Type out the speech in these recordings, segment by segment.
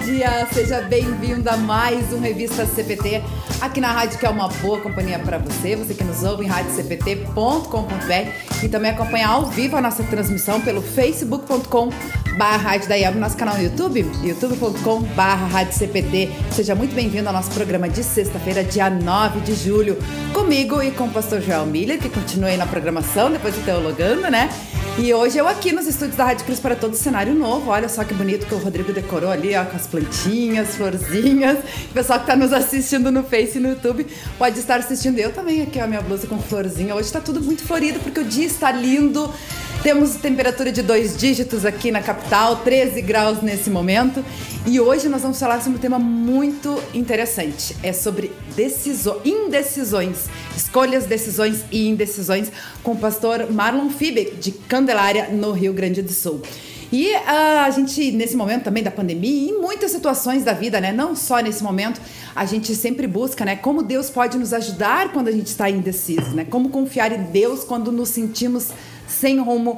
dia! Seja bem-vindo a mais um Revista CPT, aqui na rádio que é uma boa companhia para você, você que nos ouve em radiocpt.com.br e também acompanha ao vivo a nossa transmissão pelo facebook.com/radiodaiab, nosso canal no YouTube, youtube.com/radiocpt. Seja muito bem-vindo ao nosso programa de sexta-feira, dia 9 de julho, comigo e com o pastor Joel Miller, que continua aí na programação, depois do Teologando, né? E hoje eu aqui nos estúdios da Rádio Cristo para todo cenário novo. Olha só que bonito que o Rodrigo decorou ali, ó, com as plantinhas, florzinhas. O pessoal que está nos assistindo no Face e no YouTube pode estar assistindo. Eu também aqui, ó, minha blusa com florzinha. Hoje está tudo muito florido porque o dia está lindo. Temos temperatura de 2 dígitos aqui na capital, 13 graus nesse momento. E hoje nós vamos falar sobre um tema muito interessante. É sobre indecisões, escolhas, decisões e indecisões, com o pastor Marlon Fibe, de Candelária, no Rio Grande do Sul. E a gente, nesse momento também da pandemia, e em muitas situações da vida, né? Não só nesse momento, a gente sempre busca, né? Como Deus pode nos ajudar quando a gente está indeciso, né? Como confiar em Deus quando nos sentimos sem rumo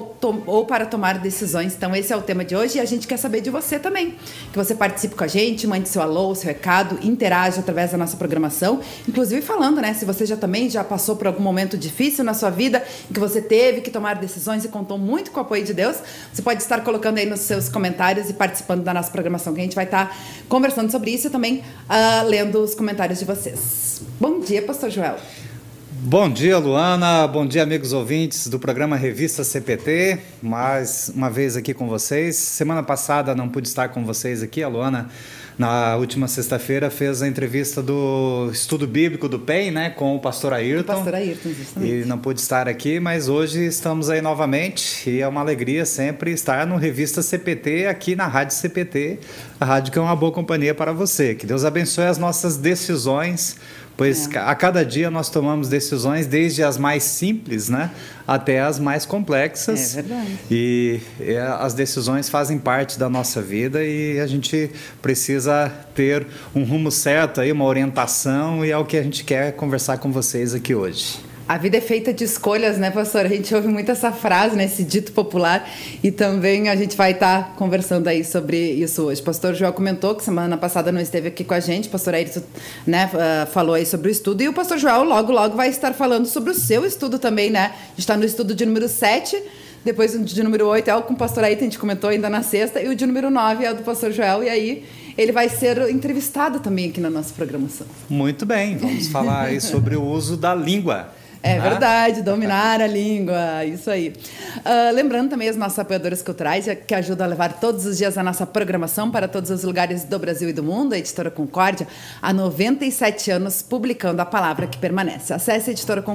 ou para tomar decisões. Então esse é o tema de hoje e a gente quer saber de você também, que você participe com a gente, mande seu alô, seu recado, interaja através da nossa programação, inclusive falando, né, se você já passou por algum momento difícil na sua vida, em que você teve que tomar decisões e contou muito com o apoio de Deus, você pode estar colocando aí nos seus comentários e participando da nossa programação, que a gente vai estar conversando sobre isso e também lendo os comentários de vocês. Bom dia, pastor Joel. Bom dia, Luana. Bom dia, amigos ouvintes do programa Revista CPT. Mais uma vez aqui com vocês. Semana passada não pude estar com vocês aqui. A Luana, na última sexta-feira, fez a entrevista do estudo bíblico do PEN, né, com o pastor Ayrton. O pastor Ayrton, justamente. E não pude estar aqui, mas hoje estamos aí novamente. E é uma alegria sempre estar no Revista CPT, aqui na Rádio CPT, a rádio que é uma boa companhia para você. Que Deus abençoe as nossas decisões, pois a cada dia nós tomamos decisões, desde as mais simples, né, até as mais complexas. É verdade. E as decisões fazem parte da nossa vida e a gente precisa ter um rumo certo, aí, uma orientação, e é o que a gente quer conversar com vocês aqui hoje. A vida é feita de escolhas, né, pastor? A gente ouve muito essa frase, né, esse dito popular, e também a gente vai estar conversando aí sobre isso hoje. O pastor Joel comentou que semana passada não esteve aqui com a gente, o pastor Ayrton, né, falou aí sobre o estudo, e o pastor Joel logo vai estar falando sobre o seu estudo também, né? A gente está no estudo de número 7, depois o de número 8 é o com o pastor Ayrton, a gente comentou ainda na sexta, e o de número 9 é o do pastor Joel, e aí ele vai ser entrevistado também aqui na nossa programação. Muito bem, vamos falar aí sobre o uso da língua. É verdade, dominar a língua, isso aí. Lembrando também as nossas apoiadoras culturais, que ajudam a levar todos os dias a nossa programação para todos os lugares do Brasil e do mundo. A Editora Concórdia, há 97 anos, publicando a palavra que permanece. Acesse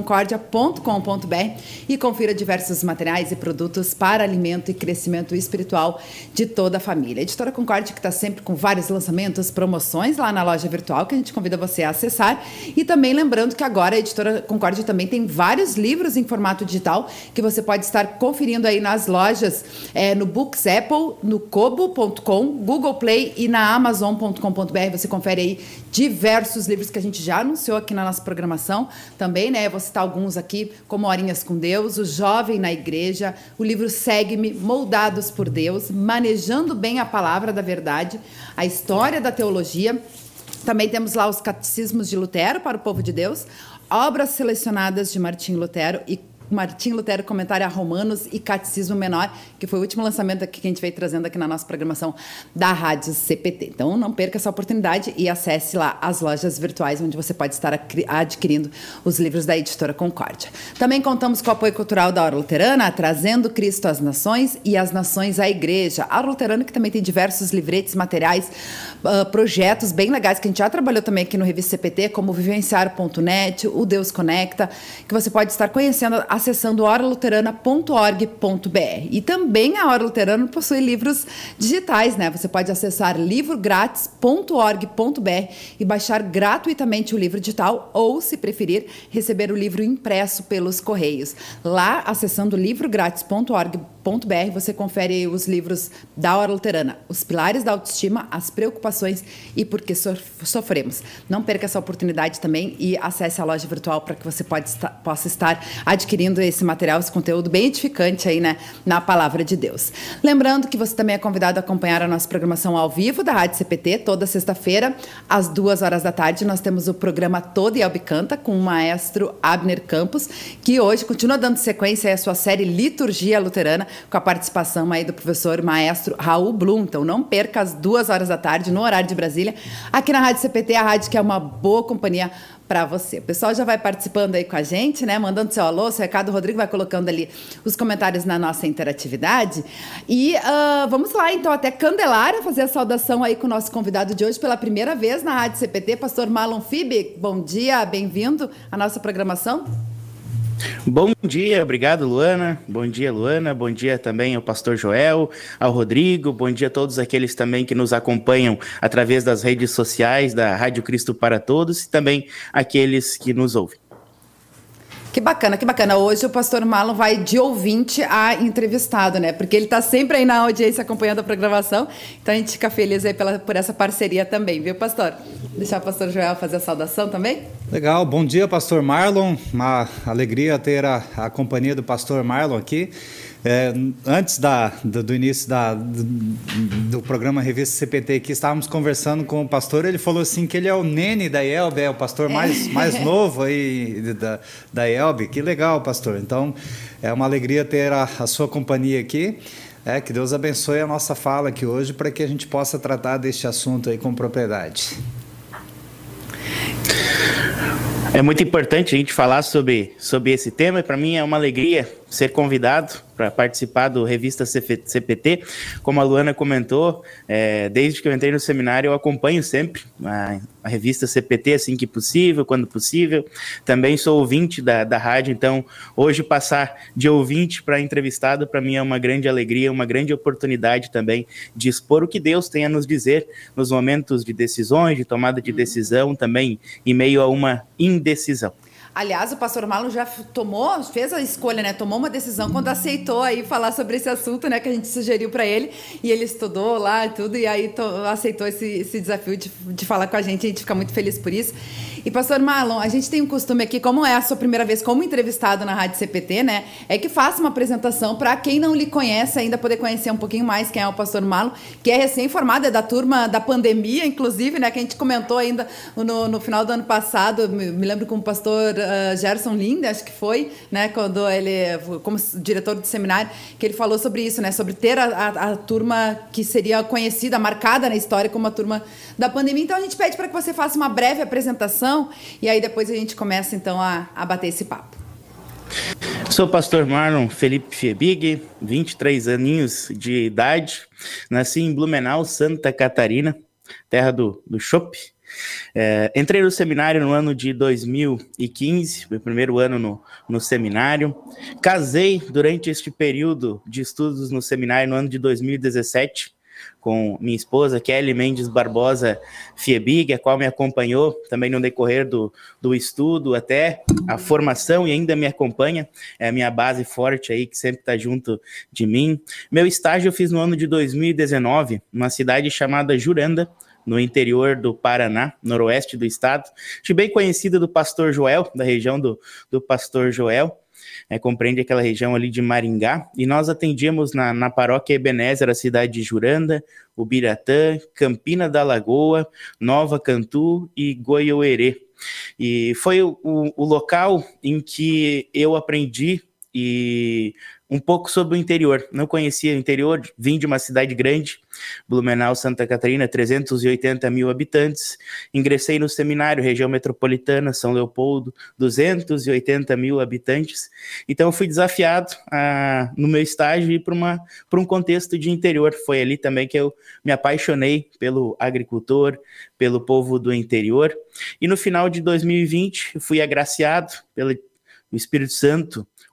editoraconcordia.com.br e confira diversos materiais e produtos para alimento e crescimento espiritual de toda a família. A Editora Concórdia, que está sempre com vários lançamentos, promoções lá na loja virtual, que a gente convida você a acessar. E também lembrando que agora a Editora Concórdia também tem vários livros em formato digital que você pode estar conferindo aí nas lojas, no Books Apple, no kobo.com, Google Play e na Amazon.com.br. Você confere aí diversos livros que a gente já anunciou aqui na nossa programação também, né? Eu vou citar alguns aqui, como Horinhas com Deus, O Jovem na Igreja, o livro Segue-me, Moldados por Deus, Manejando Bem a Palavra da Verdade, a História da Teologia. Também temos lá os Catecismos de Lutero para o Povo de Deus, Obras Selecionadas de Martinho Lutero e Martinho Lutero, Comentário a Romanos e Catecismo Menor, que foi o último lançamento aqui que a gente veio trazendo aqui na nossa programação da Rádio CPT. Então, não perca essa oportunidade e acesse lá as lojas virtuais, onde você pode estar adquirindo os livros da Editora Concórdia. Também contamos com o apoio cultural da Hora Luterana, Trazendo Cristo às Nações e as Nações à Igreja. A Hora Luterana, que também tem diversos livretes, materiais, projetos bem legais, que a gente já trabalhou também aqui no Revista CPT, como Vivenciar.net, o Deus Conecta, que você pode estar conhecendo acessando oraluterana.org.br. E também a Hora Luterana possui livros digitais, né? Você pode acessar livrográtis.org.br e baixar gratuitamente o livro digital ou, se preferir, receber o livro impresso pelos correios. Lá, acessando livrográtis.org.br, você confere os livros da Hora Luterana, Os Pilares da Autoestima, As Preocupações e Por que Sofremos. Não perca essa oportunidade também e acesse a loja virtual para que você possa estar adquirindo esse material, esse conteúdo bem edificante aí, né, na Palavra de Deus. Lembrando que você também é convidado a acompanhar a nossa programação ao vivo da Rádio CPT, toda sexta-feira, às 14h. Nós temos o programa Todo Ielbe Canta, com o maestro Abner Campos, que hoje continua dando sequência à sua série Liturgia Luterana, com a participação aí do professor maestro Raul Blum. Então não perca às 14h, no horário de Brasília, aqui na Rádio CPT, a rádio que é uma boa companhia para você. O pessoal já vai participando aí com a gente, né? Mandando seu alô, seu recado. O Rodrigo vai colocando ali os comentários na nossa interatividade. E vamos lá, então, até Candelária, fazer a saudação aí com o nosso convidado de hoje pela primeira vez na Rádio CPT, pastor Marlon Fibe. Bom dia, bem-vindo à nossa programação. Bom dia, obrigado, Luana. Bom dia, Luana. Bom dia também ao pastor Joel, ao Rodrigo. Bom dia a todos aqueles também que nos acompanham através das redes sociais da Rádio Cristo para Todos e também aqueles que nos ouvem. Que bacana, que bacana. Hoje o pastor Marlon vai de ouvinte a entrevistado, né? Porque ele está sempre aí na audiência acompanhando a programação. Então a gente fica feliz aí por essa parceria também, viu, pastor? Deixar o pastor Joel fazer a saudação também? Legal, bom dia, pastor Marlon. Uma alegria ter a companhia do pastor Marlon aqui. Antes do início do programa Revista CPT aqui, estávamos conversando com o pastor, ele falou assim que ele é o nene da IELB, é o pastor mais novo aí da IELB. Que legal, pastor. Então, é uma alegria ter a sua companhia aqui. Que Deus abençoe a nossa fala aqui hoje para que a gente possa tratar deste assunto aí com propriedade. É muito importante a gente falar sobre esse tema e para mim é uma alegria ser convidado para participar do Revista CPT. Como a Luana comentou, desde que eu entrei no seminário eu acompanho sempre a Revista CPT assim que possível, quando possível. Também sou ouvinte da rádio, então hoje passar de ouvinte para entrevistado para mim é uma grande alegria, uma grande oportunidade também de expor o que Deus tem a nos dizer nos momentos de decisões, de tomada de decisão, também em meio a uma indecisão. Aliás, o pastor Marlon já fez a escolha, né? Tomou uma decisão quando aceitou aí falar sobre esse assunto, né? Que a gente sugeriu para ele. E ele estudou lá e tudo, e aí aceitou esse desafio de falar com a gente fica muito feliz por isso. E, pastor Marlon, a gente tem um costume aqui, como é a sua primeira vez como entrevistado na Rádio CPT, né? É que faça uma apresentação para quem não lhe conhece ainda poder conhecer um pouquinho mais quem é o pastor Marlon, que é recém-formado, é da turma da pandemia, inclusive, né? Que a gente comentou ainda no final do ano passado, me lembro com o pastor Gerson Linde, acho que foi, né? Quando ele, como diretor do seminário, que ele falou sobre isso, né? Sobre ter a turma que seria conhecida, marcada na história como a turma da pandemia. Então, a gente pede para que você faça uma breve apresentação e aí depois a gente começa, então, a bater esse papo. Sou o pastor Marlon Felipe Fiebig, 23 aninhos de idade. Nasci em Blumenau, Santa Catarina, terra do chopp. Entrei no seminário no ano de 2015, meu primeiro ano no seminário. Casei durante este período de estudos no seminário no ano de 2017 com minha esposa, Kelly Mendes Barbosa Fiebig, a qual me acompanhou também no decorrer do estudo até a formação e ainda me acompanha, é a minha base forte aí, que sempre está junto de mim. Meu estágio eu fiz no ano de 2019, numa cidade chamada Juranda, no interior do Paraná, noroeste do estado. Fui bem conhecida do pastor Joel, da região do pastor Joel. Compreende aquela região ali de Maringá, e nós atendíamos na paróquia Ebenezer, a cidade de Juranda, Ubiratã, Campina da Lagoa, Nova Cantu e Goiôerê. E foi o local em que eu aprendi um pouco sobre o interior. Não conhecia o interior, vim de uma cidade grande, Blumenau, Santa Catarina, 380 mil habitantes. Ingressei no seminário, região metropolitana, São Leopoldo, 280 mil habitantes. Então, fui desafiado no meu estágio ir para um contexto de interior. Foi ali também que eu me apaixonei pelo agricultor, pelo povo do interior. E no final de 2020, fui agraciado pelo Espírito Santo,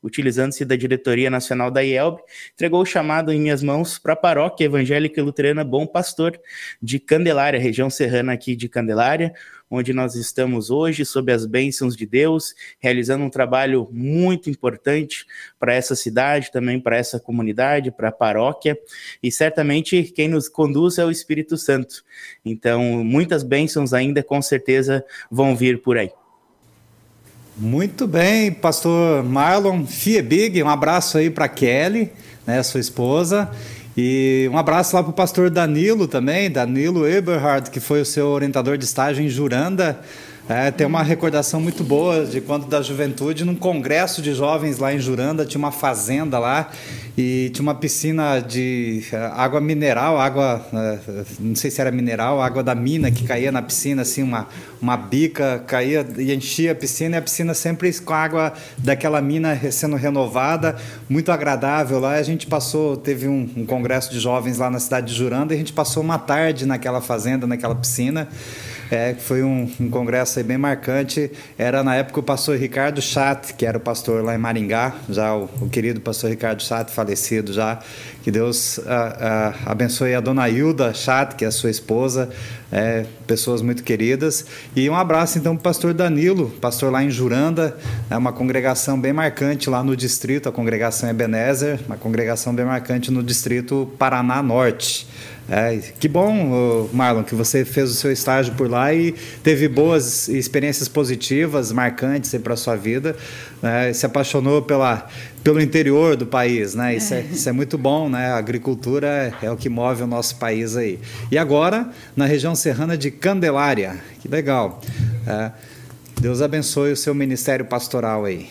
utilizando-se da diretoria nacional da IELB, entregou o chamado em minhas mãos para a paróquia evangélica e luterana Bom Pastor de Candelária, região serrana aqui de Candelária, onde nós estamos hoje, sob as bênçãos de Deus, realizando um trabalho muito importante para essa cidade, também para essa comunidade, para a paróquia, e certamente quem nos conduz é o Espírito Santo. Então, muitas bênçãos ainda, com certeza, vão vir por aí. Muito bem, pastor Marlon Fiebig, um abraço aí para Kelly, né, sua esposa, e um abraço lá para o pastor Danilo também, Danilo Eberhard, que foi o seu orientador de estágio em Juranda. Tem uma recordação muito boa de quando da juventude, num congresso de jovens lá em Juranda, tinha uma fazenda lá e tinha uma piscina de água mineral, não sei se era mineral, água da mina que caía na piscina, assim, uma bica caía e enchia a piscina sempre com a água daquela mina sendo renovada, muito agradável lá. A gente teve um congresso de jovens lá na cidade de Juranda e a gente passou uma tarde naquela fazenda, naquela piscina. Foi um congresso aí bem marcante. Era na época o pastor Ricardo Chat, que era o pastor lá em Maringá, já o querido pastor Ricardo Chat, falecido já. Que Deus abençoe a dona Hilda Chat, que é a sua esposa, pessoas muito queridas. E um abraço então para o pastor Danilo, pastor lá em Juranda, uma congregação bem marcante lá no distrito, a congregação Ebenezer, uma congregação bem marcante no distrito Paraná Norte. Que bom, Marlon, que você fez o seu estágio por lá e teve boas experiências positivas, marcantes para a sua vida, se apaixonou pelo interior do país, né? Isso é muito bom, né? A agricultura é o que move o nosso país aí. E agora, na região serrana de Candelária, que legal. Deus abençoe o seu ministério pastoral aí.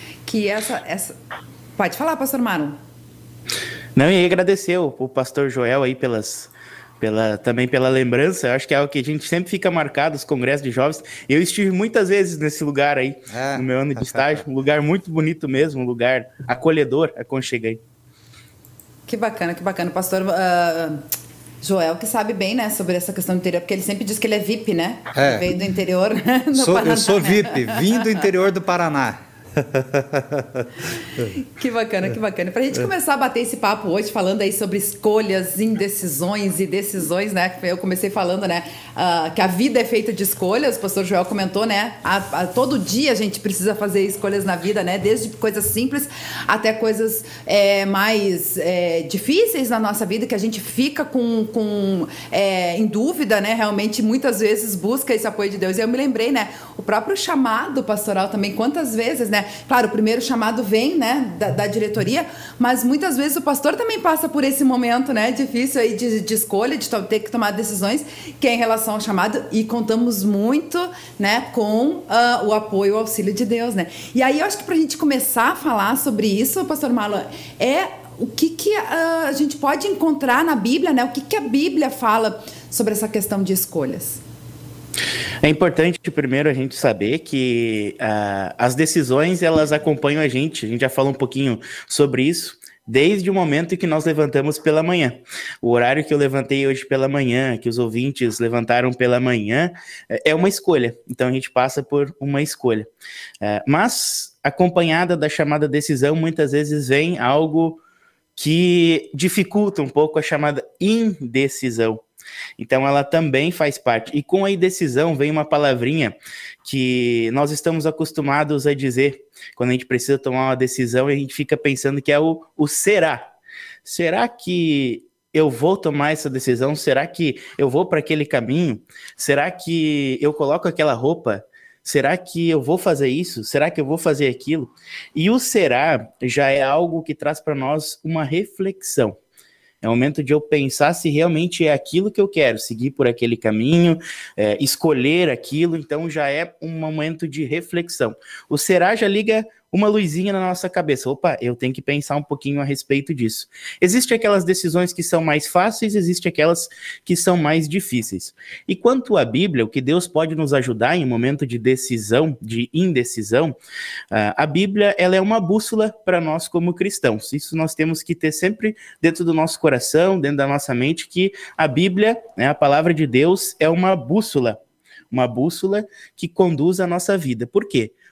Pode falar, pastor Marlon. Não, e agradecer o pastor Joel aí também pela lembrança. Eu acho que é algo que a gente sempre fica marcado, os congressos de jovens. Eu estive muitas vezes nesse lugar aí, no meu ano de estágio, um lugar muito bonito mesmo, um lugar acolhedor, aconchegante. Que bacana. Pastor Joel, que sabe bem, né, sobre essa questão do interior, porque ele sempre diz que ele é VIP, né? Ele veio do interior do Paraná. Eu sou VIP, vim do interior do Paraná. Que bacana. Pra gente começar a bater esse papo hoje, falando aí sobre escolhas, indecisões e decisões, né? Eu comecei falando, né, que a vida é feita de escolhas. O pastor Joel comentou, né? Todo dia a gente precisa fazer escolhas na vida, né? Desde coisas simples até coisas mais difíceis na nossa vida, que a gente fica em dúvida, né? Realmente, muitas vezes busca esse apoio de Deus. E eu me lembrei, né? O próprio chamado pastoral também, quantas vezes, né? Claro, o primeiro chamado vem, né, da diretoria, mas muitas vezes o pastor também passa por esse momento, né, difícil aí de escolha, de ter que tomar decisões, que é em relação ao chamado, e contamos muito, né, com o apoio, o auxílio de Deus, né. E aí eu acho que pra gente começar a falar sobre isso, pastor Marlon, o que a gente pode encontrar na Bíblia, né, o que a Bíblia fala sobre essa questão de escolhas. É importante primeiro a gente saber que as decisões, elas acompanham a gente já falou um pouquinho sobre isso, desde o momento em que nós levantamos pela manhã. O horário que eu levantei hoje pela manhã, que os ouvintes levantaram pela manhã, é uma escolha, então a gente passa por uma escolha. Mas acompanhada da chamada decisão, muitas vezes vem algo que dificulta um pouco a chamada indecisão. Então ela também faz parte. E com a indecisão vem uma palavrinha que nós estamos acostumados a dizer quando a gente precisa tomar uma decisão e a gente fica pensando que é o será. Será que eu vou tomar essa decisão? Será que eu vou para aquele caminho? Será que eu coloco aquela roupa? Será que eu vou fazer isso? Será que eu vou fazer aquilo? E o será já é algo que traz para nós uma reflexão. É o momento de eu pensar se realmente é aquilo que eu quero, seguir por aquele caminho, escolher aquilo, então já é um momento de reflexão. O será já liga uma luzinha na nossa cabeça. Opa, eu tenho que pensar um pouquinho a respeito disso. Existem aquelas decisões que são mais fáceis, existem aquelas que são mais difíceis. E quanto à Bíblia, o que Deus pode nos ajudar em um momento de decisão, de indecisão, a Bíblia, ela é uma bússola para nós como cristãos. Isso nós temos que ter sempre dentro do nosso coração, dentro da nossa mente, que a Bíblia, né, a palavra de Deus, é uma bússola que conduz a nossa vida. Por quê?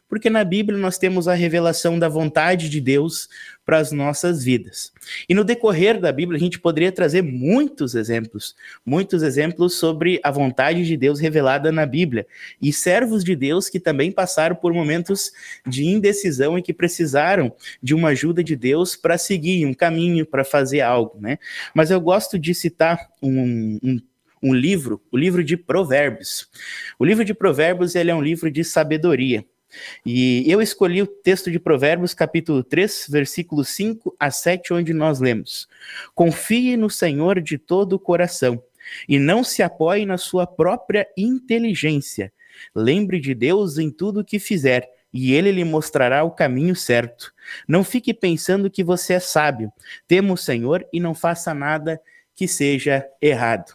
Porque na Bíblia nós temos a revelação da vontade de Deus para as nossas vidas. E no decorrer da Bíblia a gente poderia trazer muitos exemplos sobre a vontade de Deus revelada na Bíblia. E servos de Deus que também passaram por momentos de indecisão e que precisaram de uma ajuda de Deus para seguir um caminho, para fazer algo, né? Mas eu gosto de citar um livro, o livro de Provérbios. O livro de Provérbios, ele é um livro de sabedoria. E eu escolhi o texto de Provérbios, capítulo 3, versículos 5 a 7, onde nós lemos: confie no Senhor de todo o coração, e não se apoie na sua própria inteligência. Lembre de Deus em tudo o que fizer, e ele lhe mostrará o caminho certo. Não fique pensando que você é sábio. Tema o Senhor e não faça nada que seja errado.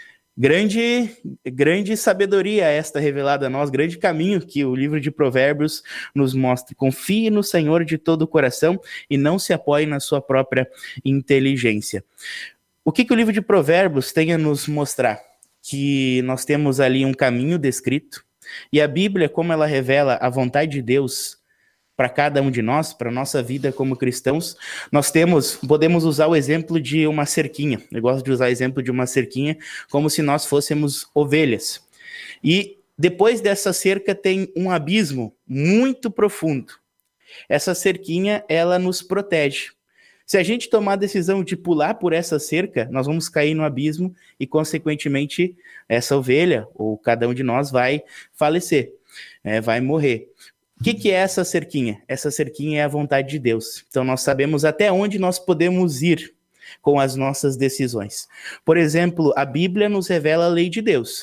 Grande sabedoria esta revelada a nós, grande caminho que o livro de Provérbios nos mostra. Confie no Senhor de todo o coração e não se apoie na sua própria inteligência. O que o livro de Provérbios tem a nos mostrar? Que nós temos ali um caminho descrito, e a Bíblia, como ela revela a vontade de Deus para cada um de nós, para a nossa vida como cristãos, podemos usar o exemplo de uma cerquinha. Eu gosto de usar o exemplo de uma cerquinha como se nós fôssemos ovelhas. E depois dessa cerca tem um abismo muito profundo. Essa cerquinha, ela nos protege. Se a gente tomar a decisão de pular por essa cerca, nós vamos cair no abismo e, consequentemente, essa ovelha, ou cada um de nós, vai falecer, vai morrer. O que é essa cerquinha? Essa cerquinha é a vontade de Deus. Então, nós sabemos até onde nós podemos ir com as nossas decisões. Por exemplo, a Bíblia nos revela a lei de Deus.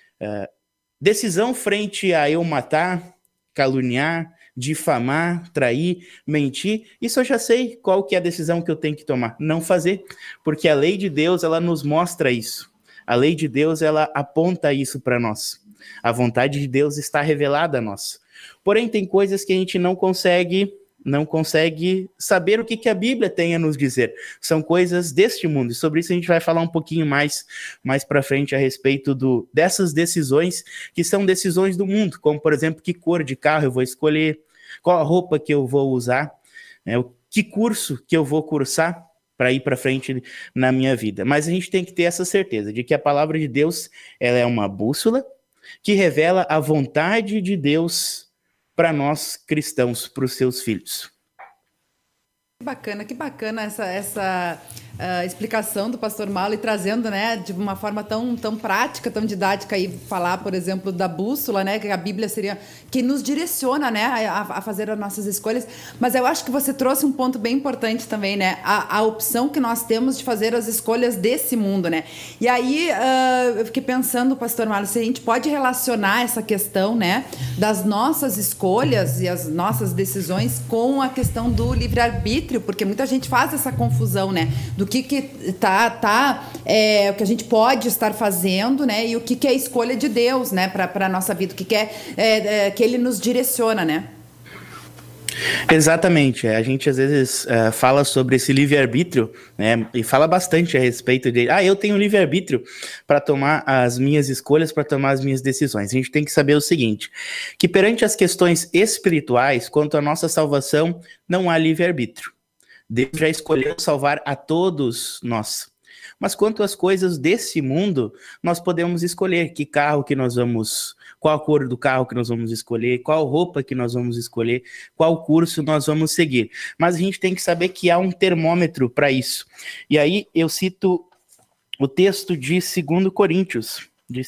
Decisão frente a eu matar, caluniar, difamar, trair, mentir, isso eu já sei qual que é a decisão que eu tenho que tomar. Não fazer, porque a lei de Deus, ela nos mostra isso. A lei de Deus, ela aponta isso para nós. A vontade de Deus está revelada a nós. Porém, tem coisas que a gente não consegue saber o que a Bíblia tem a nos dizer. São coisas deste mundo. E sobre isso a gente vai falar um pouquinho mais para frente a respeito dessas decisões que são decisões do mundo. Como, por exemplo, que cor de carro eu vou escolher, qual a roupa que eu vou usar, que curso que eu vou cursar para ir para frente na minha vida. Mas a gente tem que ter essa certeza de que a palavra de Deus, ela é uma bússola que revela a vontade de Deus para nós cristãos, para os seus filhos. Que bacana essa explicação do pastor Marlon e trazendo, né, de uma forma tão prática, tão didática aí, falar, por exemplo, da bússola, né, que a Bíblia seria que nos direciona, né, a fazer as nossas escolhas. Mas eu acho que você trouxe um ponto bem importante também, né, a opção que nós temos de fazer as escolhas desse mundo, né. E aí eu fiquei pensando, pastor Marlon, se a gente pode relacionar essa questão, né, das nossas escolhas e as nossas decisões com a questão do livre-arbítrio, porque muita gente faz essa confusão, né, do que o que a gente pode estar fazendo, né, e o que é a escolha de Deus, né, para a nossa vida, o que que ele nos direciona, né? Exatamente, a gente às vezes fala sobre esse livre-arbítrio, né, e fala bastante a respeito de, eu tenho livre-arbítrio para tomar as minhas escolhas, para tomar as minhas decisões. A gente tem que saber o seguinte, que perante as questões espirituais, quanto à nossa salvação, não há livre-arbítrio. Deus já escolheu salvar a todos nós. Mas quanto às coisas desse mundo, nós podemos escolher que carro que nós vamos, qual a cor do carro que nós vamos escolher, qual roupa que nós vamos escolher, qual curso nós vamos seguir. Mas a gente tem que saber que há um termômetro para isso. E aí eu cito o texto de 1 Coríntios,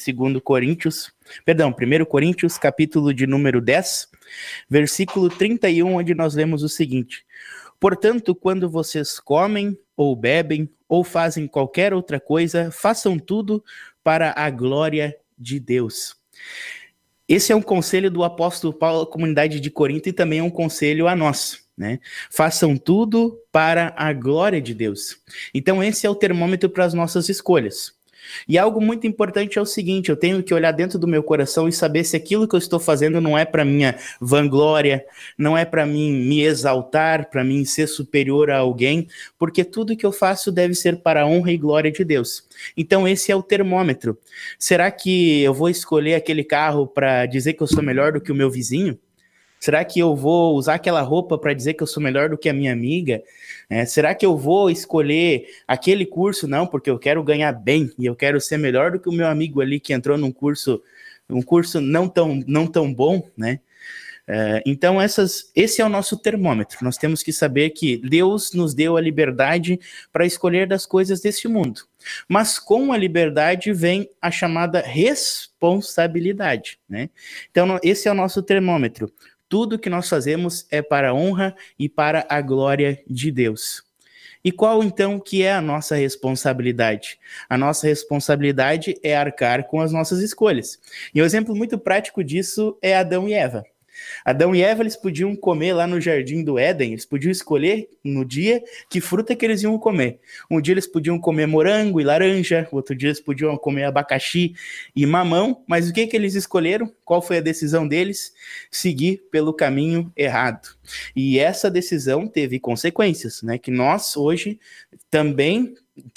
capítulo de número 10, versículo 31, onde nós lemos o seguinte: portanto, quando vocês comem ou bebem ou fazem qualquer outra coisa, façam tudo para a glória de Deus. Esse é um conselho do apóstolo Paulo à comunidade de Corinto e também é um conselho a nós, né? Façam tudo para a glória de Deus. Então esse é o termômetro para as nossas escolhas. E algo muito importante é o seguinte, eu tenho que olhar dentro do meu coração e saber se aquilo que eu estou fazendo não é para minha vanglória, não é para mim me exaltar, para mim ser superior a alguém, porque tudo que eu faço deve ser para a honra e glória de Deus. Então esse é o termômetro. Será que eu vou escolher aquele carro para dizer que eu sou melhor do que o meu vizinho? Será que eu vou usar aquela roupa para dizer que eu sou melhor do que a minha amiga? Será que eu vou escolher aquele curso? Não, porque eu quero ganhar bem e eu quero ser melhor do que o meu amigo ali que entrou num curso não tão bom, né? Então, esse é o nosso termômetro. Nós temos que saber que Deus nos deu a liberdade para escolher das coisas deste mundo. Mas com a liberdade vem a chamada responsabilidade, né? Então, esse é o nosso termômetro. Tudo que nós fazemos é para a honra e para a glória de Deus. E qual, então, que é a nossa responsabilidade? A nossa responsabilidade é arcar com as nossas escolhas. E um exemplo muito prático disso é Adão e Eva. Adão e Eva, eles podiam comer lá no jardim do Éden, eles podiam escolher no dia que fruta que eles iam comer. Um dia eles podiam comer morango e laranja, outro dia eles podiam comer abacaxi e mamão, mas o que eles escolheram? Qual foi a decisão deles? Seguir pelo caminho errado. E essa decisão teve consequências, né? Que nós hoje também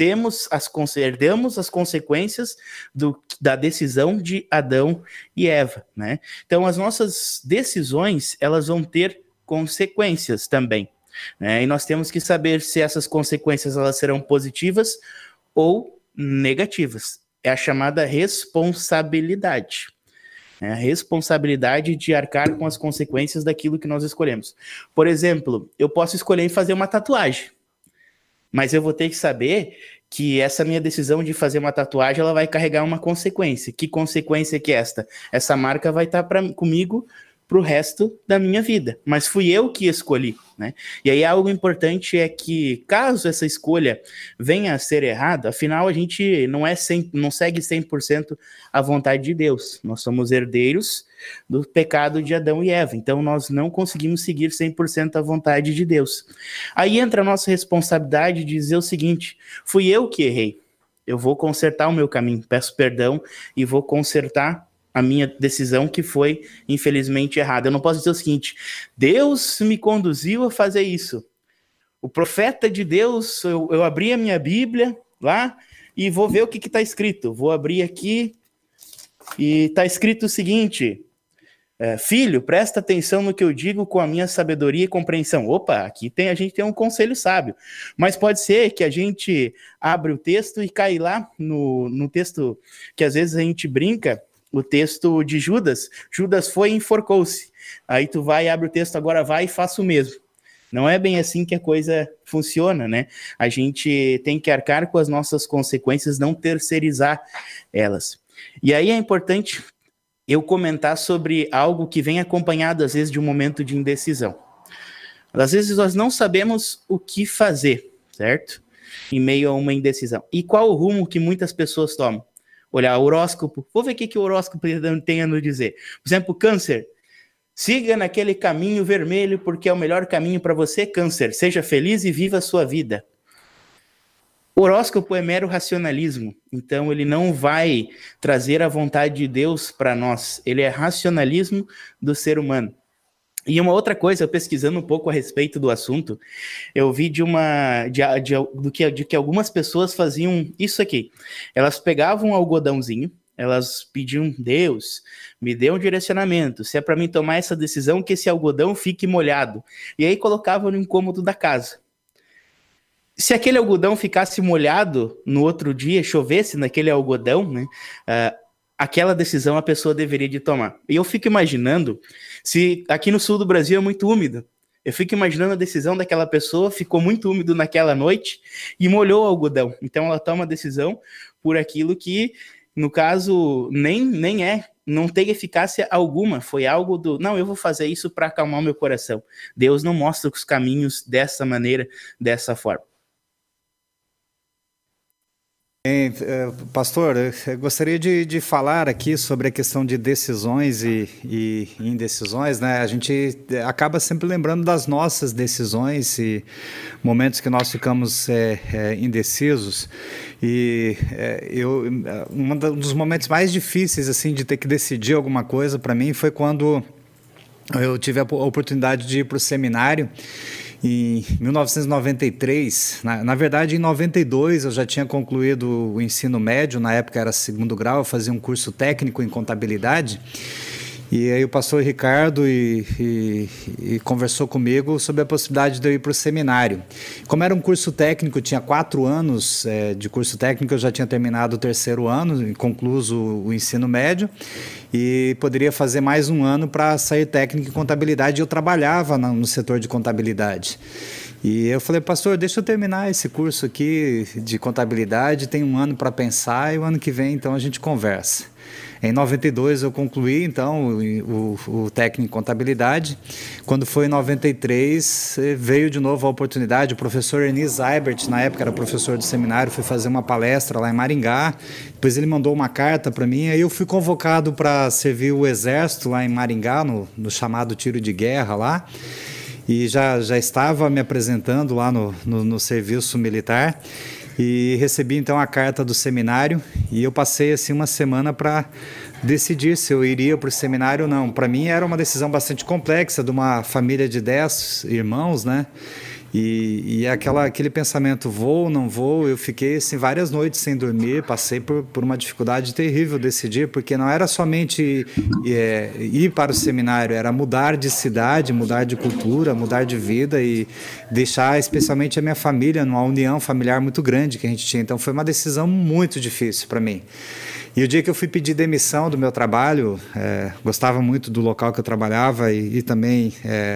herdamos as consequências da decisão de Adão e Eva, né? Então, as nossas decisões, elas vão ter consequências também, né? E nós temos que saber se essas consequências elas serão positivas ou negativas. É a chamada responsabilidade. A responsabilidade de arcar com as consequências daquilo que nós escolhemos. Por exemplo, eu posso escolher fazer uma tatuagem, mas eu vou ter que saber que essa minha decisão de fazer uma tatuagem, ela vai carregar uma consequência. Que consequência que é esta? Essa marca vai estar comigo para o resto da minha vida. Mas fui eu que escolhi, né? E aí algo importante é que, caso essa escolha venha a ser errada, afinal a gente não segue 100% a vontade de Deus. Nós somos herdeiros do pecado de Adão e Eva. Então nós não conseguimos seguir 100% a vontade de Deus. Aí entra a nossa responsabilidade de dizer o seguinte: fui eu que errei. Eu vou consertar o meu caminho. Peço perdão e vou consertar a minha decisão que foi, infelizmente, errada. Eu não posso dizer o seguinte: Deus me conduziu a fazer isso. O profeta de Deus, eu abri a minha Bíblia lá e vou ver o que está escrito. Vou abrir aqui e está escrito o seguinte: filho, presta atenção no que eu digo com a minha sabedoria e compreensão. Opa, aqui a gente tem um conselho sábio. Mas pode ser que a gente abre o texto e cai lá no texto que às vezes a gente brinca, o texto de Judas. Judas foi e enforcou-se. Aí tu vai, abre o texto, agora vai e faça o mesmo. Não é bem assim que a coisa funciona, né? A gente tem que arcar com as nossas consequências, não terceirizar elas. E aí é importante eu comentar sobre algo que vem acompanhado, às vezes, de um momento de indecisão. Às vezes nós não sabemos o que fazer, certo? Em meio a uma indecisão. E qual o rumo que muitas pessoas tomam? Olhar o horóscopo. Vou ver o que o horóscopo tem a nos dizer. Por exemplo, Câncer. Siga naquele caminho vermelho, porque é o melhor caminho para você, Câncer. Seja feliz e viva a sua vida. O horóscopo é mero racionalismo, então ele não vai trazer a vontade de Deus para nós. Ele é racionalismo do ser humano. E uma outra coisa, pesquisando um pouco a respeito do assunto, eu vi de que algumas pessoas faziam isso aqui. Elas pegavam um algodãozinho, elas pediam: Deus, me dê um direcionamento, se é para mim tomar essa decisão, que esse algodão fique molhado. E aí colocavam no incômodo da casa. Se aquele algodão ficasse molhado no outro dia, chovesse naquele algodão, né, aquela decisão a pessoa deveria de tomar. E eu fico imaginando, se aqui no sul do Brasil é muito úmido, eu fico imaginando a decisão daquela pessoa, ficou muito úmido naquela noite e molhou o algodão. Então ela toma a decisão por aquilo que, no caso, não tem eficácia alguma. Foi algo não, eu vou fazer isso para acalmar o meu coração. Deus não mostra os caminhos dessa maneira, dessa forma. Pastor, eu gostaria de falar aqui sobre a questão de decisões e indecisões, né? A gente acaba sempre lembrando das nossas decisões e momentos que nós ficamos indecisos. E um dos momentos mais difíceis assim de ter que decidir alguma coisa para mim foi quando eu tive a oportunidade de ir para o seminário. Em 1993, na verdade em 92 eu já tinha concluído o ensino médio, na época era segundo grau, eu fazia um curso técnico em contabilidade E aí o pastor Ricardo conversou comigo sobre a possibilidade de eu ir para o seminário. Como era um curso técnico, tinha 4 anos de curso técnico, eu já tinha terminado o 3º ano, concluso o ensino médio, e poderia fazer mais um ano para sair técnico em contabilidade. Eu trabalhava no setor de contabilidade. E eu falei, pastor, deixa eu terminar esse curso aqui de contabilidade, tem um ano para pensar e o ano que vem, então, a gente conversa. Em 92 eu concluí, então, o técnico em contabilidade. Quando foi em 93, veio de novo a oportunidade. O professor Ernie Zybert, na época era professor do seminário, foi fazer uma palestra lá em Maringá. Depois ele mandou uma carta para mim, aí eu fui convocado para servir o exército lá em Maringá, no chamado tiro de guerra lá. E já estava me apresentando lá no serviço militar. E recebi então a carta do seminário e eu passei assim uma semana para decidir se eu iria para o seminário ou não. Para mim era uma decisão bastante complexa, de uma família de 10 irmãos, né? E aquele pensamento, vou ou não vou, eu fiquei assim, várias noites sem dormir, passei por uma dificuldade terrível decidir, porque não era somente ir para o seminário, era mudar de cidade, mudar de cultura, mudar de vida e deixar especialmente a minha família numa união familiar muito grande que a gente tinha. Então foi uma decisão muito difícil para mim. E o dia que eu fui pedir demissão do meu trabalho, gostava muito do local que eu trabalhava e também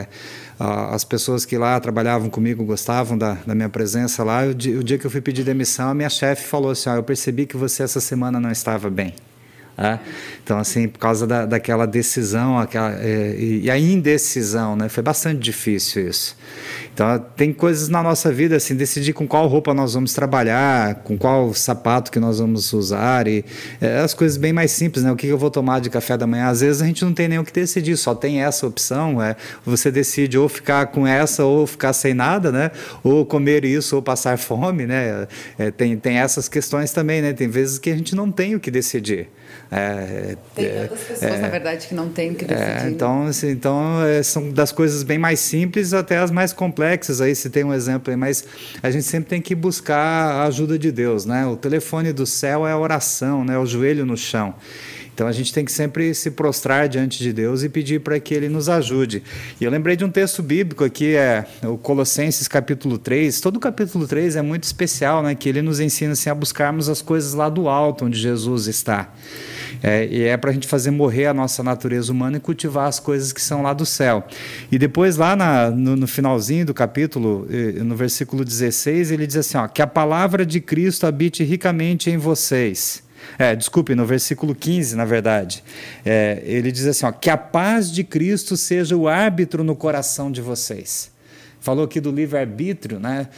as pessoas que lá trabalhavam comigo gostavam da minha presença lá. O dia que eu fui pedir demissão, a minha chefe falou assim, eu percebi que você essa semana não estava bem. Então, assim, por causa daquela decisão e a indecisão, né? Foi bastante difícil isso. Então, tem coisas na nossa vida, assim, decidir com qual roupa nós vamos trabalhar, com qual sapato que nós vamos usar, e as coisas bem mais simples, né? O que eu vou tomar de café da manhã? Às vezes a gente não tem nem o que decidir, só tem essa opção, você decide ou ficar com essa ou ficar sem nada, né? Ou comer isso ou passar fome, né? Tem essas questões também, né? Tem vezes que a gente não tem o que decidir. Tem tantas pessoas, na verdade, que não tem o que decidir. Então são das coisas bem mais simples até as mais complexas. Aí se tem um exemplo aí, mas a gente sempre tem que buscar a ajuda de Deus, né? O telefone do céu é a oração, né? O joelho no chão. Então a gente tem que sempre se prostrar diante de Deus e pedir para que Ele nos ajude. E eu lembrei de um texto bíblico aqui, o Colossenses capítulo 3. Todo o capítulo 3 é muito especial, né? Que ele nos ensina assim, a buscarmos as coisas lá do alto, onde Jesus está. E é para a gente fazer morrer a nossa natureza humana e cultivar as coisas que são lá do céu. E depois lá no finalzinho do capítulo, no versículo 16, ele diz assim, que a palavra de Cristo habite ricamente em vocês. No versículo 15, na verdade, ele diz assim, que a paz de Cristo seja o árbitro no coração de vocês. Falou aqui do livre-arbítrio, né?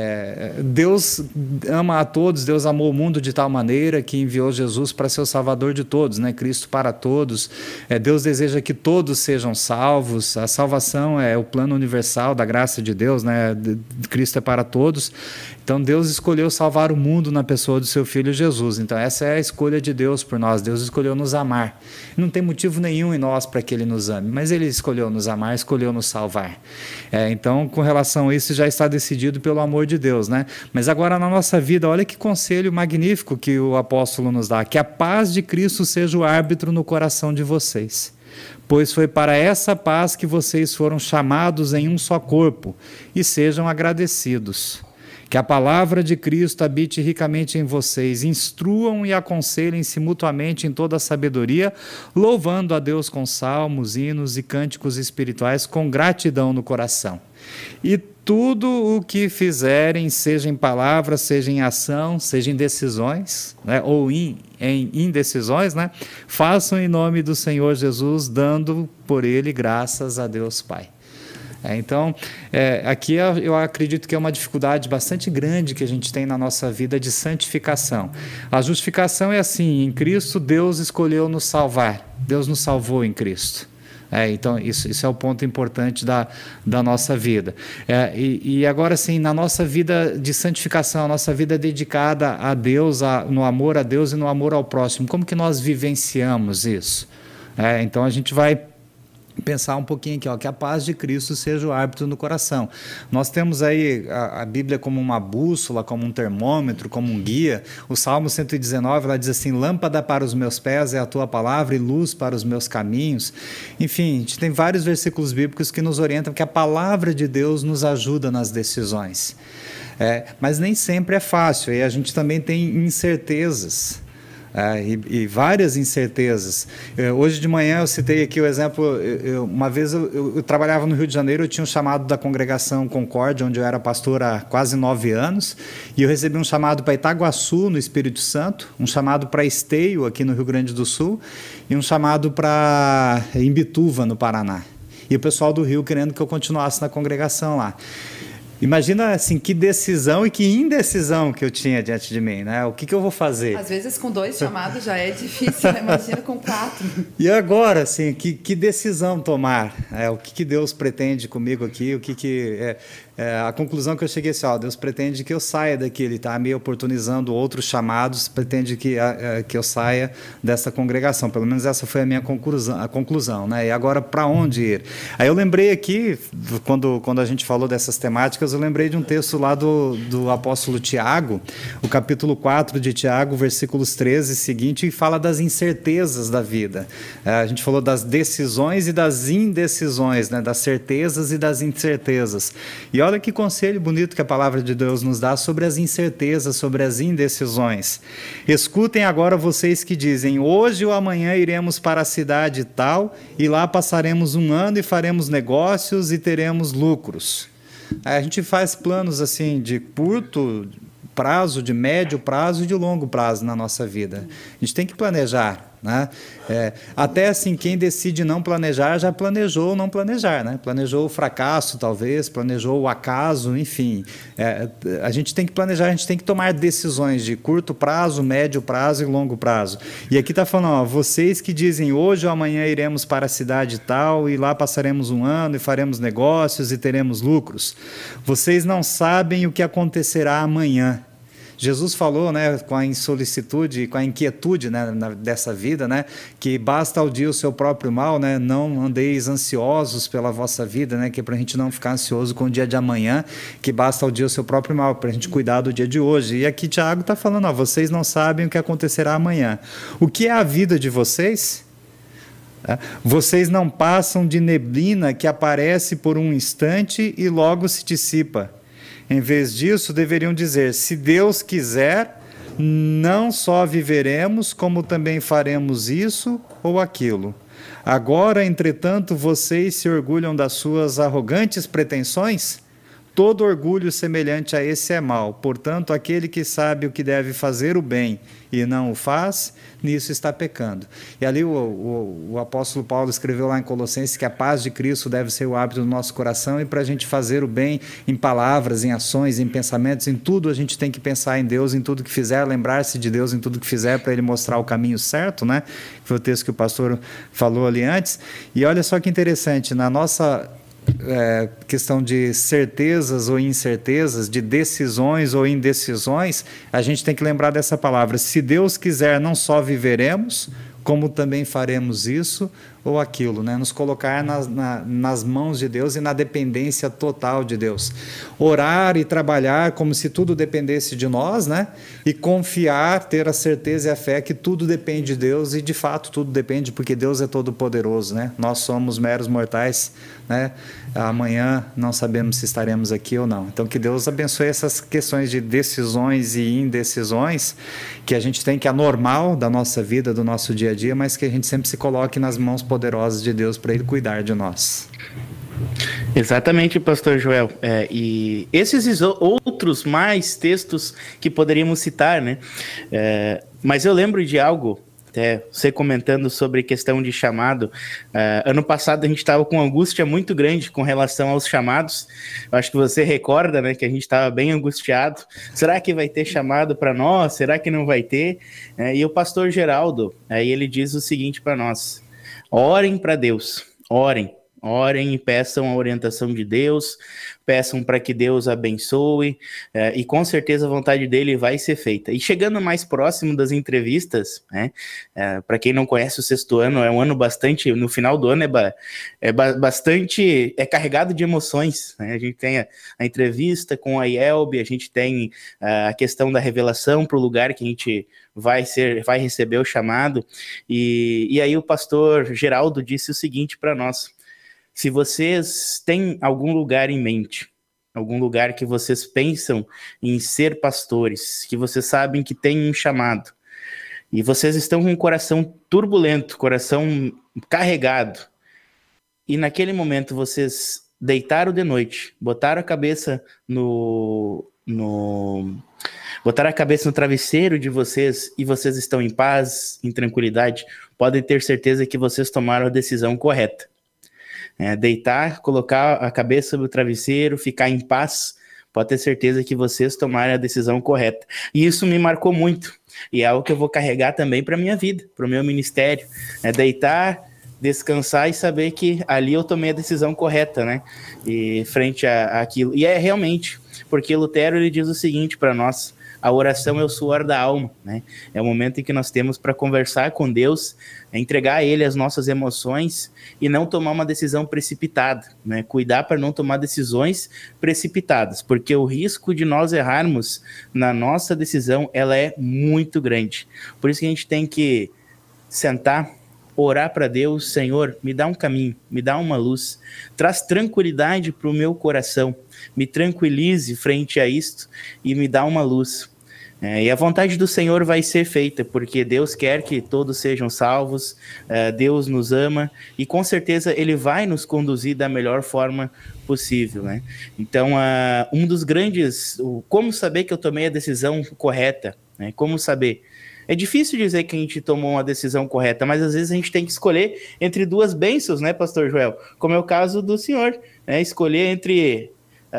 Deus ama a todos, Deus amou o mundo de tal maneira que enviou Jesus para ser o salvador de todos, né? Cristo para todos. Deus deseja que todos sejam salvos, a salvação é o plano universal da graça de Deus, né? Cristo é para todos. Então Deus escolheu salvar o mundo na pessoa do seu Filho Jesus. Então essa é a escolha de Deus por nós. Deus escolheu nos amar. Não tem motivo nenhum em nós para que Ele nos ame, mas Ele escolheu nos amar, escolheu nos salvar. Então, com relação a isso, já está decidido pelo amor de Deus, né? Mas agora na nossa vida, olha que conselho magnífico que o apóstolo nos dá, que a paz de Cristo seja o árbitro no coração de vocês. Pois foi para essa paz que vocês foram chamados em um só corpo, e sejam agradecidos. Que a palavra de Cristo habite ricamente em vocês, instruam e aconselhem-se mutuamente em toda a sabedoria, louvando a Deus com salmos, hinos e cânticos espirituais com gratidão no coração. E tudo o que fizerem, seja em palavras, seja em ação, seja em decisões, né, ou em indecisões, né, façam em nome do Senhor Jesus, dando por Ele graças a Deus Pai. Então, aqui eu acredito que é uma dificuldade bastante grande que a gente tem na nossa vida de santificação. A justificação é assim, em Cristo Deus escolheu nos salvar, Deus nos salvou em Cristo. Então, isso é o ponto importante da nossa vida. E agora, sim, na nossa vida de santificação, a nossa vida dedicada a Deus, no amor a Deus e no amor ao próximo, como que nós vivenciamos isso? Então, a gente vai pensar um pouquinho aqui, ó, que a paz de Cristo seja o árbitro no coração. Nós temos aí a Bíblia como uma bússola, como um termômetro, como um guia. O Salmo 119, ela diz assim: lâmpada para os meus pés é a tua palavra e luz para os meus caminhos. Enfim, a gente tem vários versículos bíblicos que nos orientam que a palavra de Deus nos ajuda nas decisões. Mas nem sempre é fácil, e a gente também tem incertezas. E várias incertezas. Hoje de manhã eu citei aqui o exemplo, uma vez eu trabalhava no Rio de Janeiro, eu tinha um chamado da congregação Concórdia, onde eu era pastor há quase 9 anos, e eu recebi um chamado para Itaguaçu, no Espírito Santo, um chamado para Esteio, aqui no Rio Grande do Sul, e um chamado para Imbituva, no Paraná. E o pessoal do Rio querendo que eu continuasse na congregação lá. Imagina assim, que decisão e que indecisão que eu tinha diante de mim, né? O que eu vou fazer? Às vezes com 2 chamados já é difícil, né? Imagina com 4. E agora, assim, que decisão tomar? O que Deus pretende comigo aqui? A conclusão que eu cheguei assim, Deus pretende que eu saia daqui, Ele está me oportunizando outros chamados, pretende que eu saia dessa congregação. Pelo menos essa foi a minha conclusão, né? E agora, para onde ir? Aí eu lembrei aqui, quando a gente falou dessas temáticas, eu lembrei de um texto lá do apóstolo Tiago, o capítulo 4 de Tiago, versículos 13 e seguinte, e fala das incertezas da vida. A gente falou das decisões e das indecisões, né? Das certezas e das incertezas. E olha que conselho bonito que a palavra de Deus nos dá sobre as incertezas, sobre as indecisões. Escutem agora vocês que dizem: hoje ou amanhã iremos para a cidade tal, e lá passaremos 1 ano e faremos negócios e teremos lucros. A gente faz planos assim de curto prazo, de médio prazo e de longo prazo na nossa vida. A gente tem que planejar, né? Até assim, quem decide não planejar já planejou não planejar, né? Planejou o fracasso, talvez, planejou o acaso, enfim. A gente tem que planejar, a gente tem que tomar decisões de curto prazo, médio prazo e longo prazo. E aqui está falando, vocês que dizem hoje ou amanhã iremos para a cidade tal e lá passaremos 1 ano e faremos negócios e teremos lucros. Vocês não sabem o que acontecerá amanhã. Jesus falou, né, com a insolicitude, com a inquietude, né, dessa vida, né, que basta ao dia o seu próprio mal, né, não andeis ansiosos pela vossa vida, né, que é para a gente não ficar ansioso com o dia de amanhã, que basta ao dia o seu próprio mal, para a gente cuidar do dia de hoje. E aqui Tiago está falando, vocês não sabem o que acontecerá amanhã. O que é a vida de vocês? Vocês não passam de neblina que aparece por um instante e logo se dissipa. Em vez disso, deveriam dizer: se Deus quiser, não só viveremos, como também faremos isso ou aquilo. Agora, entretanto, vocês se orgulham das suas arrogantes pretensões? Todo orgulho semelhante a esse é mau. Portanto, aquele que sabe o que deve fazer o bem e não o faz, nisso está pecando. E ali o apóstolo Paulo escreveu lá em Colossenses que a paz de Cristo deve ser o hábito do nosso coração, e para a gente fazer o bem em palavras, em ações, em pensamentos, em tudo a gente tem que pensar em Deus, em tudo que fizer, lembrar-se de Deus em tudo que fizer, para Ele mostrar o caminho certo, né? Foi o texto que o pastor falou ali antes. E olha só que interessante, na nossa questão de certezas ou incertezas, de decisões ou indecisões, a gente tem que lembrar dessa palavra: se Deus quiser, não só viveremos, como também faremos isso ou aquilo, né? Nos colocar nas mãos de Deus e na dependência total de Deus. Orar e trabalhar como se tudo dependesse de nós, né? E confiar, ter a certeza e a fé que tudo depende de Deus, e de fato tudo depende, porque Deus é todo poderoso, né? Nós somos meros mortais, né? Amanhã não sabemos se estaremos aqui ou não. Então que Deus abençoe essas questões de decisões e indecisões, que a gente tem, que é normal da nossa vida, do nosso dia a dia, mas que a gente sempre se coloque nas mãos poderosas de Deus para Ele cuidar de nós. Exatamente, pastor Joel. E esses outros mais textos que poderíamos citar, né? Mas eu lembro de algo, até você comentando sobre questão de chamado. Ano passado a gente estava com angústia muito grande com relação aos chamados. Eu acho que você recorda, né, que a gente estava bem angustiado. Será que vai ter chamado para nós? Será que não vai ter? E o pastor Geraldo, aí ele diz o seguinte para nós: orem para Deus, orem. Orem e peçam a orientação de Deus, peçam para que Deus abençoe, e com certeza a vontade dele vai ser feita. E chegando mais próximo das entrevistas, né, para quem não conhece o sexto ano, é um ano bastante, no final do ano bastante carregado de emoções, né? A gente tem a entrevista com a IELB, a gente tem a questão da revelação para o lugar que a gente vai receber o chamado, e aí o pastor Geraldo disse o seguinte para nós: se vocês têm algum lugar em mente, algum lugar que vocês pensam em ser pastores, que vocês sabem que tem um chamado, e vocês estão com um coração turbulento, coração carregado, e naquele momento vocês deitaram de noite, botaram a cabeça botaram a cabeça no travesseiro de vocês e vocês estão em paz, em tranquilidade, podem ter certeza que vocês tomaram a decisão correta. Deitar, colocar a cabeça sobre o travesseiro, ficar em paz, pode ter certeza que vocês tomaram a decisão correta. E isso me marcou muito, e é algo que eu vou carregar também para a minha vida, para o meu ministério. Deitar, descansar e saber que ali eu tomei a decisão correta, né? E frente àquilo. E é realmente, porque Lutero ele diz o seguinte para nós: a oração é o suor da alma, né? É o momento em que nós temos para conversar com Deus, entregar a Ele as nossas emoções e não tomar uma decisão precipitada, né? Cuidar para não tomar decisões precipitadas, porque o risco de nós errarmos na nossa decisão, ela é muito grande. Por isso que a gente tem que sentar, orar para Deus: Senhor, me dá um caminho, me dá uma luz, traz tranquilidade para o meu coração, me tranquilize frente a isto e me dá uma luz. E a vontade do Senhor vai ser feita, porque Deus quer que todos sejam salvos, Deus nos ama e com certeza Ele vai nos conduzir da melhor forma possível, né? Então, um dos grandes... Como saber que eu tomei a decisão correta, né? Como saber? É difícil dizer que a gente tomou uma decisão correta, mas às vezes a gente tem que escolher entre duas bênçãos, né, pastor Joel? Como é o caso do senhor, né? Escolher entre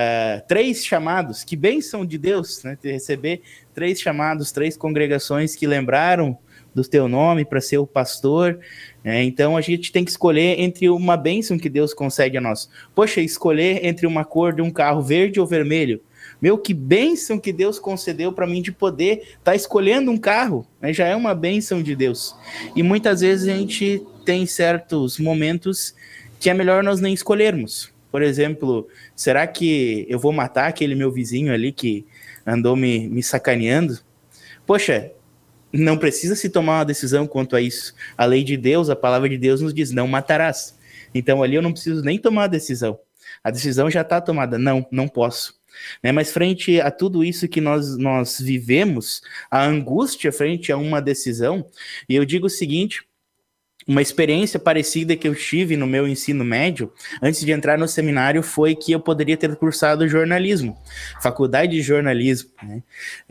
3 chamados. Que bênção de Deus, né? Receber 3 chamados, 3 congregações que lembraram do teu nome para ser o pastor. Então a gente tem que escolher entre uma bênção que Deus concede a nós. Poxa, escolher entre uma cor de um carro verde ou vermelho. Meu, que bênção que Deus concedeu para mim de poder estar escolhendo um carro, né? Já é uma bênção de Deus. E muitas vezes a gente tem certos momentos que é melhor nós nem escolhermos. Por exemplo, será que eu vou matar aquele meu vizinho ali que andou me sacaneando? Poxa, não precisa se tomar uma decisão quanto a isso. A lei de Deus, a palavra de Deus nos diz: não matarás. Então ali eu não preciso nem tomar a decisão. A decisão já está tomada. Não posso. Mas frente a tudo isso que nós vivemos, a angústia frente a uma decisão, e eu digo o seguinte: uma experiência parecida que eu tive no meu ensino médio, antes de entrar no seminário, foi que eu poderia ter cursado jornalismo, faculdade de jornalismo, né?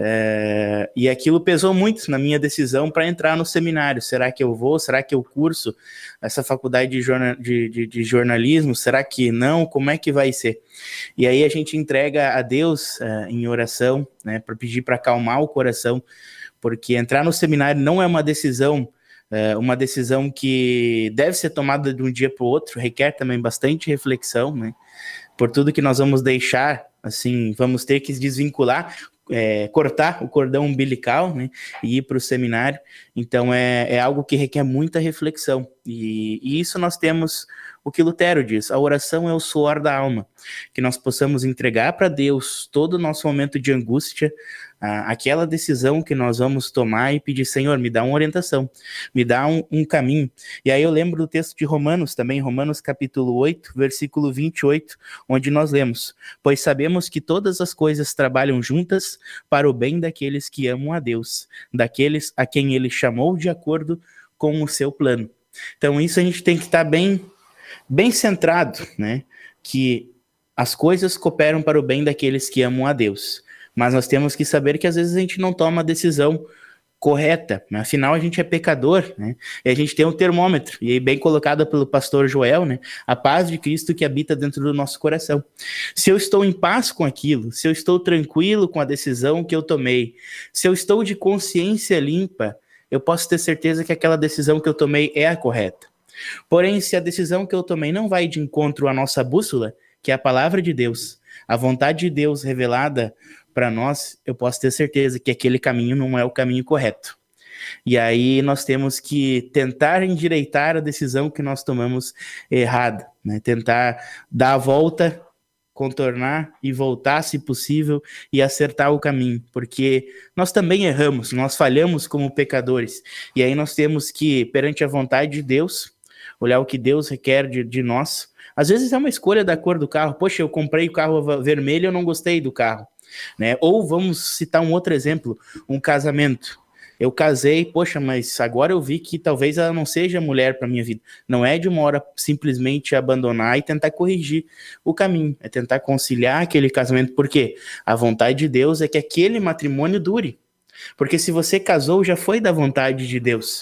E aquilo pesou muito na minha decisão para entrar no seminário. Será que eu vou? Será que eu curso essa faculdade de jornalismo? Será que não? Como é que vai ser? E aí a gente entrega a Deus em oração, né, para pedir para acalmar o coração, porque entrar no seminário não é uma decisão que deve ser tomada de um dia para o outro, requer também bastante reflexão, né? Por tudo que nós vamos deixar, assim, vamos ter que desvincular, cortar o cordão umbilical, né, e ir para o seminário. Então é algo que requer muita reflexão, e isso nós temos o que Lutero diz: a oração é o suor da alma, que nós possamos entregar para Deus todo o nosso momento de angústia, aquela decisão que nós vamos tomar e pedir: Senhor, me dá uma orientação, me dá um caminho. E aí eu lembro do texto de Romanos também, Romanos capítulo 8, versículo 28, onde nós lemos: pois sabemos que todas as coisas trabalham juntas para o bem daqueles que amam a Deus, daqueles a quem Ele chamou de acordo com o seu plano. Então isso a gente tem que estar bem centrado, né? Que as coisas cooperam para o bem daqueles que amam a Deus. Mas nós temos que saber que às vezes a gente não toma a decisão correta, né? Afinal a gente é pecador, né? E a gente tem um termômetro, e aí bem colocado pelo pastor Joel, né? A paz de Cristo que habita dentro do nosso coração. Se eu estou em paz com aquilo, se eu estou tranquilo com a decisão que eu tomei, se eu estou de consciência limpa, eu posso ter certeza que aquela decisão que eu tomei é a correta. Porém, se a decisão que eu tomei não vai de encontro à nossa bússola, que é a palavra de Deus, a vontade de Deus revelada para nós, eu posso ter certeza que aquele caminho não é o caminho correto. E aí nós temos que tentar endireitar a decisão que nós tomamos errada, né? Tentar dar a volta, contornar e voltar, se possível, e acertar o caminho, porque nós também erramos, nós falhamos como pecadores, e aí nós temos que, perante a vontade de Deus, olhar o que Deus requer de nós. Às vezes é uma escolha da cor do carro. Poxa, eu comprei o carro vermelho e eu não gostei do carro, né? Ou vamos citar um outro exemplo, um casamento. Eu casei, poxa, mas agora eu vi que talvez ela não seja a mulher para minha vida. Não é de uma hora simplesmente abandonar e tentar corrigir o caminho, é tentar conciliar aquele casamento, porque a vontade de Deus é que aquele matrimônio dure. Porque se você casou, já foi da vontade de Deus.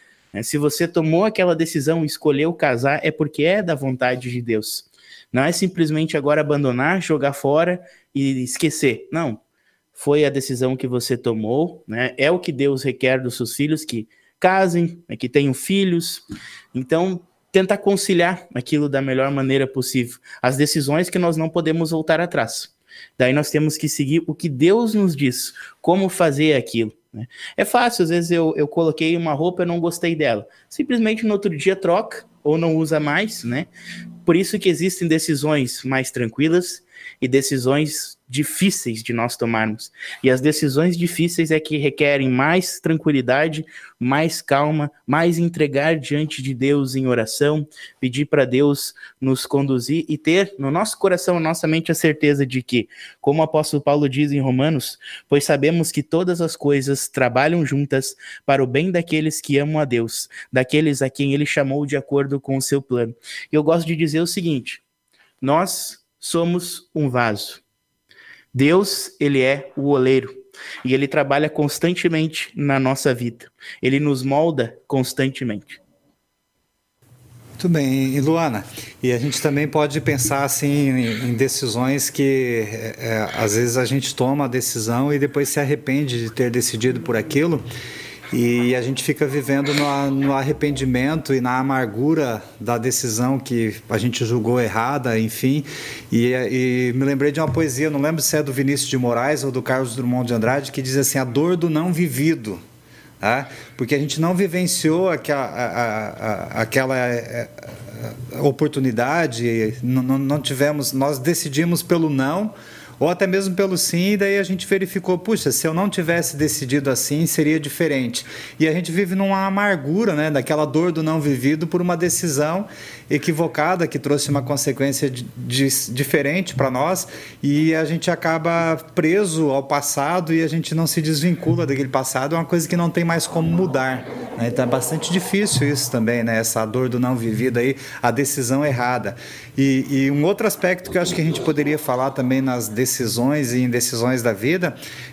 Se você tomou aquela decisão e escolheu casar, é porque é da vontade de Deus. Não é simplesmente agora abandonar, jogar fora e esquecer. Não. Foi a decisão que você tomou, né? É o que Deus requer dos seus filhos, que casem, né? Que tenham filhos. Então, tentar conciliar aquilo da melhor maneira possível. As decisões que nós não podemos voltar atrás. Daí nós temos que seguir o que Deus nos diz, como fazer aquilo, né? É fácil, às vezes eu coloquei uma roupa e não gostei dela. Simplesmente no outro dia troca, ou não usa mais, né? Por isso que existem decisões mais tranquilas e decisões difíceis de nós tomarmos. E as decisões difíceis é que requerem mais tranquilidade, mais calma, mais entregar diante de Deus em oração, pedir para Deus nos conduzir e ter no nosso coração, na nossa mente, a certeza de que, como o apóstolo Paulo diz em Romanos, pois sabemos que todas as coisas trabalham juntas para o bem daqueles que amam a Deus, daqueles a quem ele chamou de acordo com o seu plano. E eu gosto de dizer o seguinte: nós somos um vaso. Deus, ele é o oleiro e ele trabalha constantemente na nossa vida. Ele nos molda constantemente. Muito bem, e Luana, e a gente também pode pensar assim em decisões que às vezes a gente toma a decisão e depois se arrepende de ter decidido por aquilo. E a gente fica vivendo no arrependimento e na amargura da decisão que a gente julgou errada, enfim. E me lembrei de uma poesia, não lembro se é do Vinícius de Moraes ou do Carlos Drummond de Andrade, que diz assim: a dor do não vivido. Tá? Porque a gente não vivenciou aquela oportunidade, não tivemos, nós decidimos pelo não, ou até mesmo pelo sim, e daí a gente verificou, puxa, se eu não tivesse decidido assim, seria diferente. E a gente vive numa amargura, né, daquela dor do não vivido por uma decisão equivocada que trouxe uma consequência diferente para nós, e a gente acaba preso ao passado e a gente não se desvincula daquele passado. É uma coisa que não tem mais como mudar, né? Então é bastante difícil isso também, né? Essa dor do não vivido aí, a decisão errada. E um outro aspecto que eu acho que a gente poderia falar também nas decisões e indecisões da vida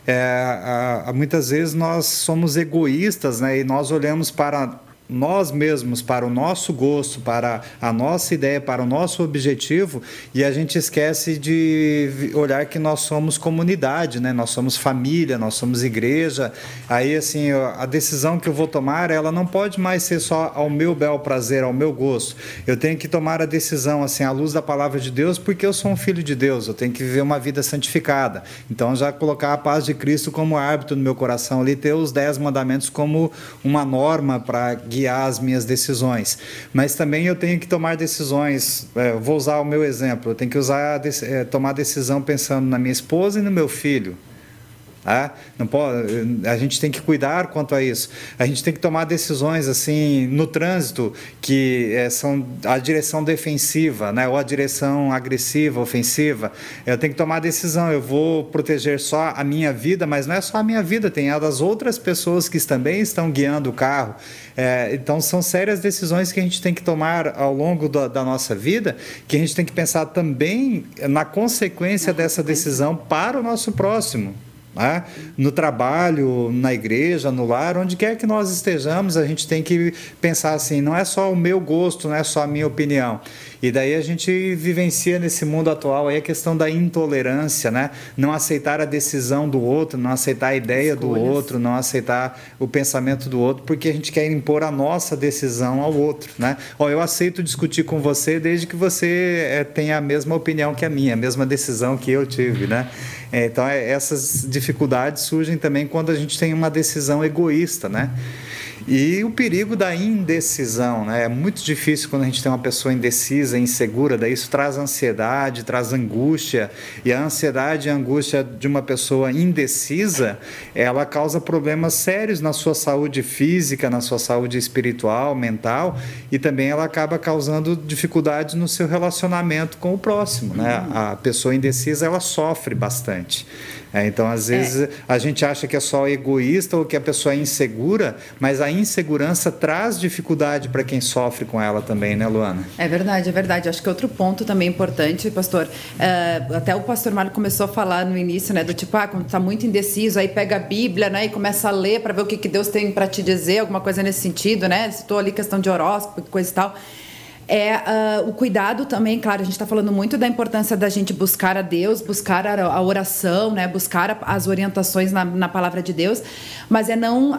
muitas vezes nós somos egoístas, né? E nós olhamos para nós mesmos, para o nosso gosto, para a nossa ideia, para o nosso objetivo, e a gente esquece de olhar que nós somos comunidade, né? Nós somos família, nós somos igreja. Aí, assim, a decisão que eu vou tomar, ela não pode mais ser só ao meu bel prazer, ao meu gosto. Eu tenho que tomar a decisão, assim, à luz da palavra de Deus, porque eu sou um filho de Deus, eu tenho que viver uma vida santificada. Então, já colocar a paz de Cristo como árbitro no meu coração ali, ter os 10 mandamentos como uma norma para guiar as minhas decisões. Mas também eu tenho que tomar decisões, vou usar o meu exemplo, eu tenho que tomar decisão pensando na minha esposa e no meu filho. Não pode, a gente tem que cuidar quanto a isso. A gente tem que tomar decisões assim no trânsito que são a direção defensiva, né? Ou a direção agressiva, ofensiva. Eu tenho que tomar decisão, eu vou proteger só a minha vida, mas não é só a minha vida, tem a das outras pessoas que também estão guiando o carro. Então são sérias decisões que a gente tem que tomar ao longo da nossa vida, que a gente tem que pensar também na consequência dessa decisão para o nosso próximo. No trabalho, na igreja, no lar, onde quer que nós estejamos, a gente tem que pensar assim, não é só o meu gosto, não é só a minha opinião. E daí a gente vivencia nesse mundo atual aí a questão da intolerância, né? Não aceitar a decisão do outro, não aceitar a ideia do outro, não aceitar o pensamento do outro, porque a gente quer impor a nossa decisão ao outro, né? Eu aceito discutir com você desde que você tenha a mesma opinião que a minha, a mesma decisão que eu tive, né? Então, essas dificuldades surgem também quando a gente tem uma decisão egoísta, né? E o perigo da indecisão, né? É muito difícil quando a gente tem uma pessoa indecisa, insegura, daí isso traz ansiedade, traz angústia, e a ansiedade e a angústia de uma pessoa indecisa, ela causa problemas sérios na sua saúde física, na sua saúde espiritual, mental, e também ela acaba causando dificuldades no seu relacionamento com o próximo, né? A pessoa indecisa, ela sofre bastante. Então, às vezes, a gente acha que é só egoísta ou que a pessoa é insegura, mas a insegurança traz dificuldade para quem sofre com ela também, né, Luana? É verdade, é verdade. Acho que outro ponto também importante, pastor, até o pastor Mário começou a falar no início, né, do tipo, quando está muito indeciso, aí pega a Bíblia, né, e começa a ler para ver o que Deus tem para te dizer, alguma coisa nesse sentido, né, citou ali questão de horóscopo, coisa e tal. O cuidado também, claro, a gente está falando muito da importância da gente buscar a Deus, buscar a oração, né, buscar as orientações na palavra de Deus, mas não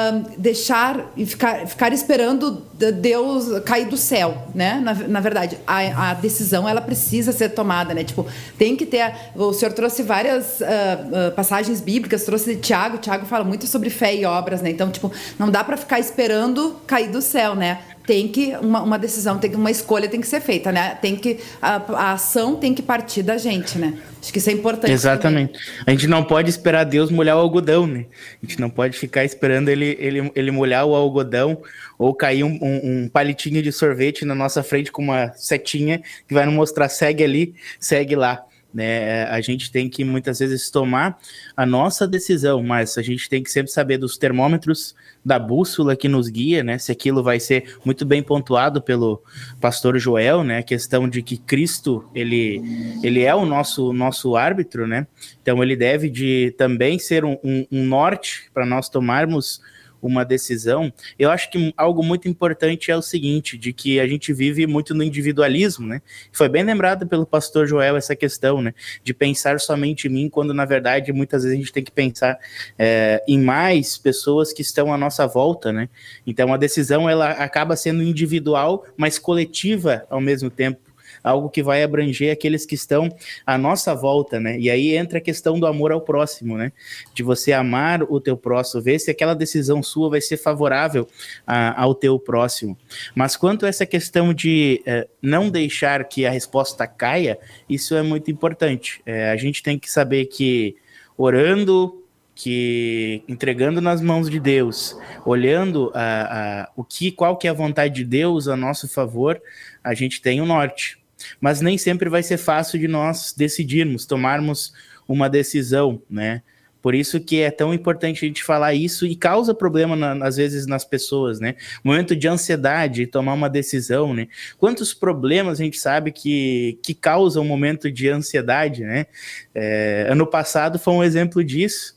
deixar e ficar esperando Deus cair do céu, né? Na verdade, a decisão, ela precisa ser tomada, né? Tipo, tem que ter... O senhor trouxe várias passagens bíblicas, trouxe de Tiago fala muito sobre fé e obras, né? Então, tipo, não dá para ficar esperando cair do céu, né? Tem que uma decisão, uma escolha tem que ser feita, né? A ação tem que partir da gente, né? Acho que isso é importante. Exatamente. Também. A gente não pode esperar Deus molhar o algodão, né? A gente não pode ficar esperando ele molhar o algodão ou cair um palitinho de sorvete na nossa frente com uma setinha que vai nos mostrar, segue ali, segue lá. Né? A gente tem que muitas vezes tomar a nossa decisão, mas a gente tem que sempre saber dos termômetros, da bússola que nos guia, né? Se aquilo vai ser muito bem pontuado pelo pastor Joel, né? A questão de que Cristo, ele é o nosso árbitro, né? Então ele deve também ser um norte para nós tomarmos uma decisão. Eu acho que algo muito importante é o seguinte, de que a gente vive muito no individualismo, né? Foi bem lembrado pelo pastor Joel essa questão, né? De pensar somente em mim, quando na verdade muitas vezes a gente tem que pensar em mais pessoas que estão à nossa volta, né? Então a decisão, ela acaba sendo individual, mas coletiva ao mesmo tempo. Algo que vai abranger aqueles que estão à nossa volta, né? E aí entra a questão do amor ao próximo, né? De você amar o teu próximo, ver se aquela decisão sua vai ser favorável ao teu próximo. Mas quanto a essa questão de não deixar que a resposta caia, isso é muito importante. A gente tem que saber que orando, que entregando nas mãos de Deus, olhando qual que é a vontade de Deus a nosso favor, a gente tem o norte. Mas nem sempre vai ser fácil de nós decidirmos, tomarmos uma decisão, né? Por isso que é tão importante a gente falar isso e causa problema, às vezes, nas pessoas, né? Momento de ansiedade, tomar uma decisão, né? Quantos problemas a gente sabe que causam um momento de ansiedade, né? Ano passado foi um exemplo disso.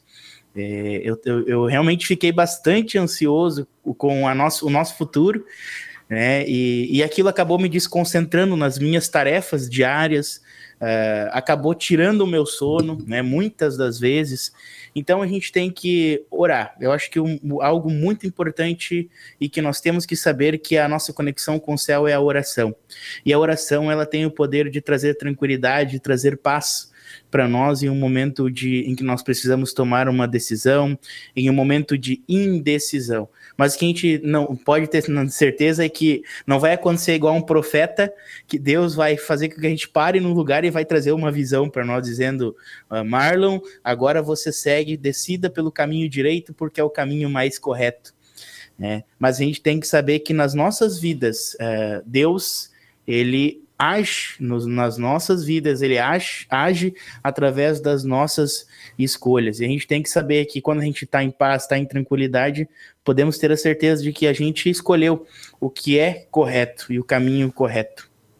Eu realmente fiquei bastante ansioso com o nosso futuro, né? E aquilo acabou me desconcentrando nas minhas tarefas diárias, acabou tirando o meu sono, né? Muitas das vezes. Então a gente tem que orar. Eu acho que algo muito importante e que nós temos que saber que a nossa conexão com o céu é a oração. E a oração, ela tem o poder de trazer tranquilidade, de trazer paz para nós em um momento em que nós precisamos tomar uma decisão, em um momento de indecisão. Mas o que a gente não pode ter certeza é que não vai acontecer igual um profeta, que Deus vai fazer com que a gente pare num lugar e vai trazer uma visão para nós, dizendo: Marlon, agora você segue, decida pelo caminho direito, porque é o caminho mais correto. Mas a gente tem que saber que nas nossas vidas, Deus, ele age nas nossas vidas, ele age através das nossas escolhas. E a gente tem que saber que quando a gente está em paz, está em tranquilidade, podemos ter a certeza de que a gente escolheu o que é correto e o caminho correto.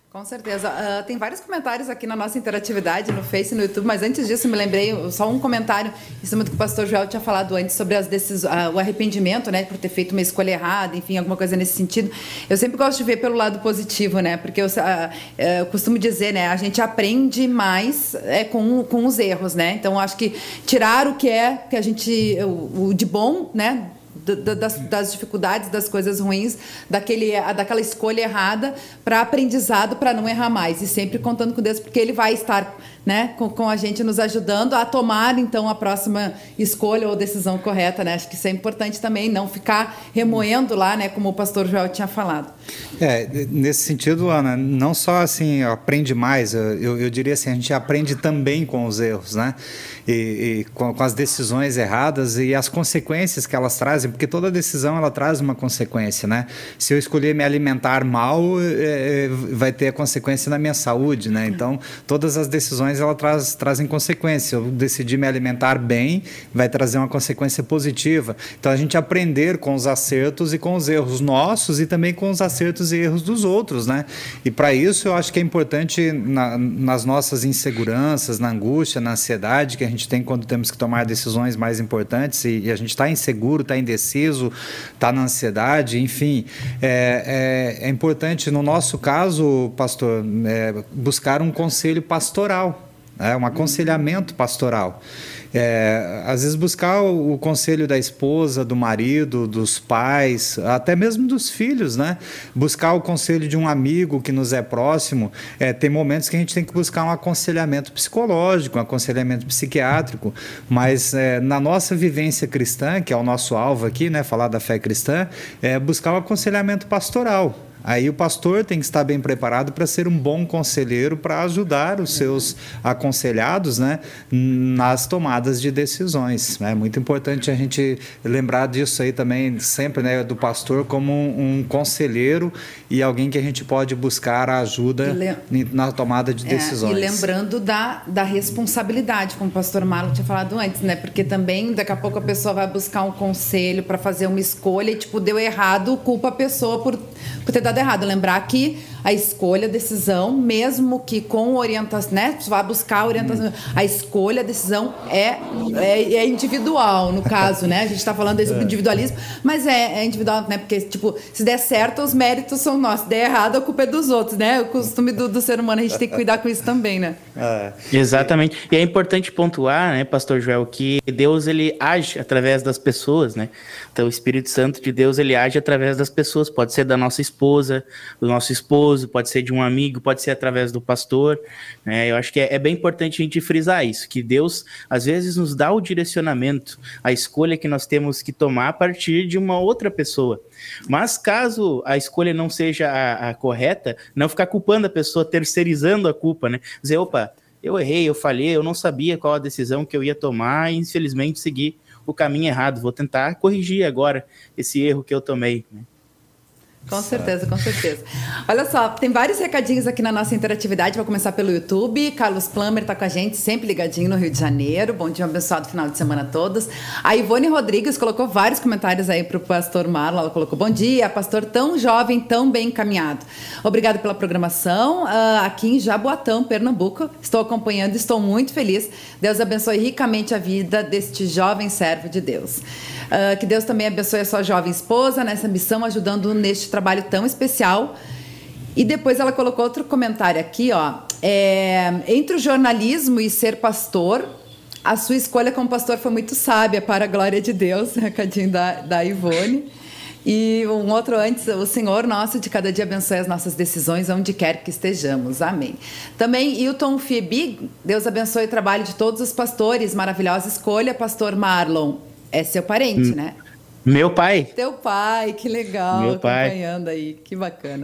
Com certeza. Tem vários comentários aqui na nossa interatividade, no Face e no YouTube, mas antes disso me lembrei, só um comentário em cima do que o pastor Joel tinha falado antes sobre o arrependimento, né, por ter feito uma escolha errada, enfim, alguma coisa nesse sentido. Eu sempre gosto de ver pelo lado positivo, né, porque eu costumo dizer, né, a gente aprende mais com os erros, né, então acho que tirar o que a gente, o de bom, né, das dificuldades, das coisas ruins, daquela escolha errada, para aprendizado, para não errar mais, e sempre contando com Deus, porque Ele vai estar, né, com a gente, nos ajudando a tomar então a próxima escolha ou decisão correta, né? Acho que isso é importante também, não ficar remoendo lá, né, como o pastor Joel tinha falado. Nesse sentido, Ana, não só assim aprende mais, eu diria assim, a gente aprende também com os erros, né? E com as decisões erradas e as consequências que elas trazem, porque toda decisão ela traz uma consequência, né? Se eu escolher me alimentar mal, vai ter a consequência na minha saúde, né? Então, todas as decisões elas trazem consequência. Eu decidir me alimentar bem, vai trazer uma consequência positiva. Então, a gente aprender com os acertos e com os erros nossos e também com os acertos e erros dos outros, né? E para isso, eu acho que é importante nas nossas inseguranças, na angústia, na ansiedade que a gente tem quando temos que tomar decisões mais importantes e a gente está inseguro, está indeciso, está na ansiedade, enfim. É importante, no nosso caso, pastor, buscar um conselho pastoral, um aconselhamento pastoral. Às vezes buscar o conselho da esposa, do marido, dos pais, até mesmo dos filhos, né? Buscar o conselho de um amigo que nos é próximo. Tem momentos que a gente tem que buscar um aconselhamento psicológico, um aconselhamento psiquiátrico, mas na nossa vivência cristã, que é o nosso alvo aqui, né? Falar da fé cristã, buscar um aconselhamento pastoral. Aí o pastor tem que estar bem preparado para ser um bom conselheiro, para ajudar os seus aconselhados, né, nas tomadas de decisões. É muito importante a gente lembrar disso aí também, sempre, né, do pastor como um conselheiro e alguém que a gente pode buscar ajuda na tomada de decisões. E lembrando da responsabilidade, como o pastor Marlon tinha falado antes, né, porque também daqui a pouco a pessoa vai buscar um conselho para fazer uma escolha e deu errado, culpa a pessoa por ter dado errado. Lembrar que a escolha, a decisão, mesmo que com orientação, né? Você vai buscar a orientação. A escolha, a decisão é individual, no caso, né? A gente está falando desse individualismo, mas é individual, né? Porque, se der certo, os méritos são nossos. Se der errado, a culpa é dos outros, né? O costume do ser humano, a gente tem que cuidar com isso também, né? Exatamente. E é importante pontuar, né, pastor Joel, que Deus, ele age através das pessoas, né? Então, o Espírito Santo de Deus, ele age através das pessoas. Pode ser da nossa esposa, do nosso esposo, pode ser de um amigo, pode ser através do pastor, né? Eu acho que é bem importante a gente frisar isso, que Deus às vezes nos dá o direcionamento, a escolha que nós temos que tomar a partir de uma outra pessoa. Mas caso a escolha não seja a correta, não ficar culpando a pessoa, terceirizando a culpa, né? Dizer, opa, eu errei, eu falhei, eu não sabia qual a decisão que eu ia tomar e infelizmente segui o caminho errado, vou tentar corrigir agora esse erro que eu tomei, né? Com certeza, com certeza. Olha só, tem vários recadinhos aqui na nossa interatividade. Vou começar pelo YouTube. Carlos Plummer está com a gente, sempre ligadinho no Rio de Janeiro. Bom dia, um abençoado final de semana a todos. A Ivone Rodrigues colocou vários comentários aí para o pastor Marlon. Ela colocou, bom dia, pastor tão jovem, tão bem encaminhado. Obrigado pela programação. Aqui em Jaboatão, Pernambuco, estou acompanhando e estou muito feliz. Deus abençoe ricamente a vida deste jovem servo de Deus. Que Deus também abençoe a sua jovem esposa nessa missão, ajudando neste trabalho tão especial. E depois ela colocou outro comentário aqui, ó. Entre o jornalismo e ser pastor, a sua escolha como pastor foi muito sábia, para a glória de Deus. Recadinho da Ivone. E um outro antes, o Senhor nosso de cada dia abençoe as nossas decisões, onde quer que estejamos. Amém. Também Hilton Fiebig, Deus abençoe o trabalho de todos os pastores. Maravilhosa escolha, pastor Marlon. É seu parente, né? Meu pai. Teu pai, que legal. Meu pai. Acompanhando aí, que bacana.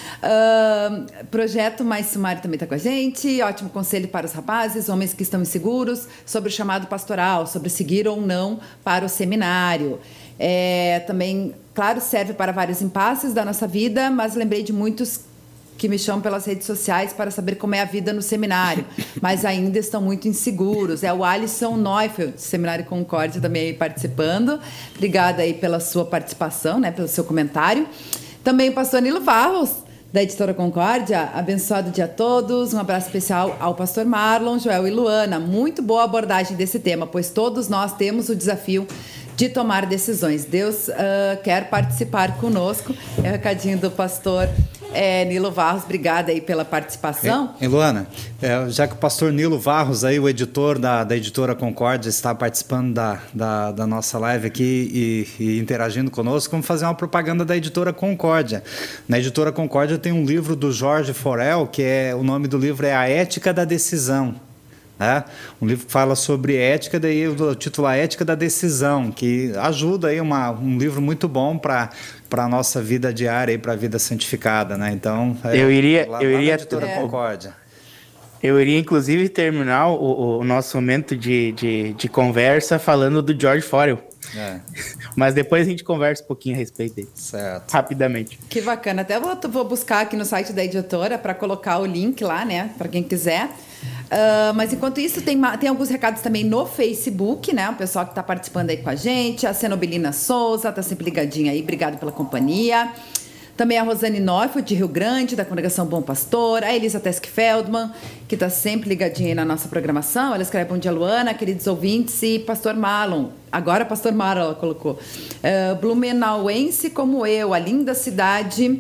Projeto Mais Sumário também está com a gente. Ótimo conselho para os rapazes, homens que estão inseguros, sobre o chamado pastoral, sobre seguir ou não para o seminário. Também, claro, serve para vários impasses da nossa vida, mas lembrei de muitos que me chamam pelas redes sociais para saber como é a vida no seminário, mas ainda estão muito inseguros. É o Alisson Neufeld, Seminário Concórdia, também aí participando. Obrigada aí pela sua participação, né, pelo seu comentário. Também o pastor Nilo Barros da Editora Concórdia. Abençoado dia a todos. Um abraço especial ao pastor Marlon, Joel e Luana. Muito boa abordagem desse tema, pois todos nós temos o desafio de tomar decisões. Deus quer participar conosco. É o recadinho do pastor Nilo Varros. Obrigada aí pela participação. E Luana, já que o pastor Nilo Varros, aí, o editor da Editora Concórdia, está participando da nossa live aqui e interagindo conosco, vamos fazer uma propaganda da Editora Concórdia. Na Editora Concórdia tem um livro do Jorge Forel, que o nome do livro é A Ética da Decisão. Um livro que fala sobre ética, daí o título A Ética da Decisão, que ajuda aí um livro muito bom para a nossa vida diária e para a vida santificada, né? Então, eu iria Concórdia. Eu iria inclusive terminar o nosso momento de conversa falando do George Forel. Mas depois a gente conversa um pouquinho a respeito dele. Certo. Rapidamente. Que bacana. Até vou buscar aqui no site da editora para colocar o link lá, né? Para quem quiser. Mas enquanto isso, tem alguns recados também no Facebook, né? O pessoal que está participando aí com a gente. A Cenobilina Souza está sempre ligadinha aí. Obrigado pela companhia. Também a Rosane Neufeld, de Rio Grande, da Congregação Bom Pastor. A Elisa Tesk Feldman, que está sempre ligadinha aí na nossa programação. Ela escreve: bom dia, Luana, queridos ouvintes, e pastor Marlon. Agora pastor Marlon, ela colocou. Blumenauense como eu, a linda cidade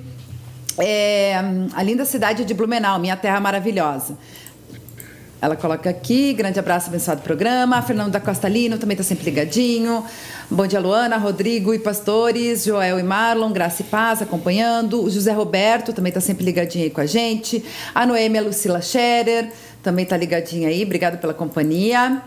de Blumenau, minha terra maravilhosa. Ela coloca aqui: grande abraço, abençoado programa. Fernando da Costa Lino também está sempre ligadinho. Bom dia, Luana, Rodrigo e pastores, Joel e Marlon, graça e paz acompanhando. O José Roberto também está sempre ligadinho aí com a gente. A Noêmia Lucila Scherer também está ligadinha aí, obrigada pela companhia.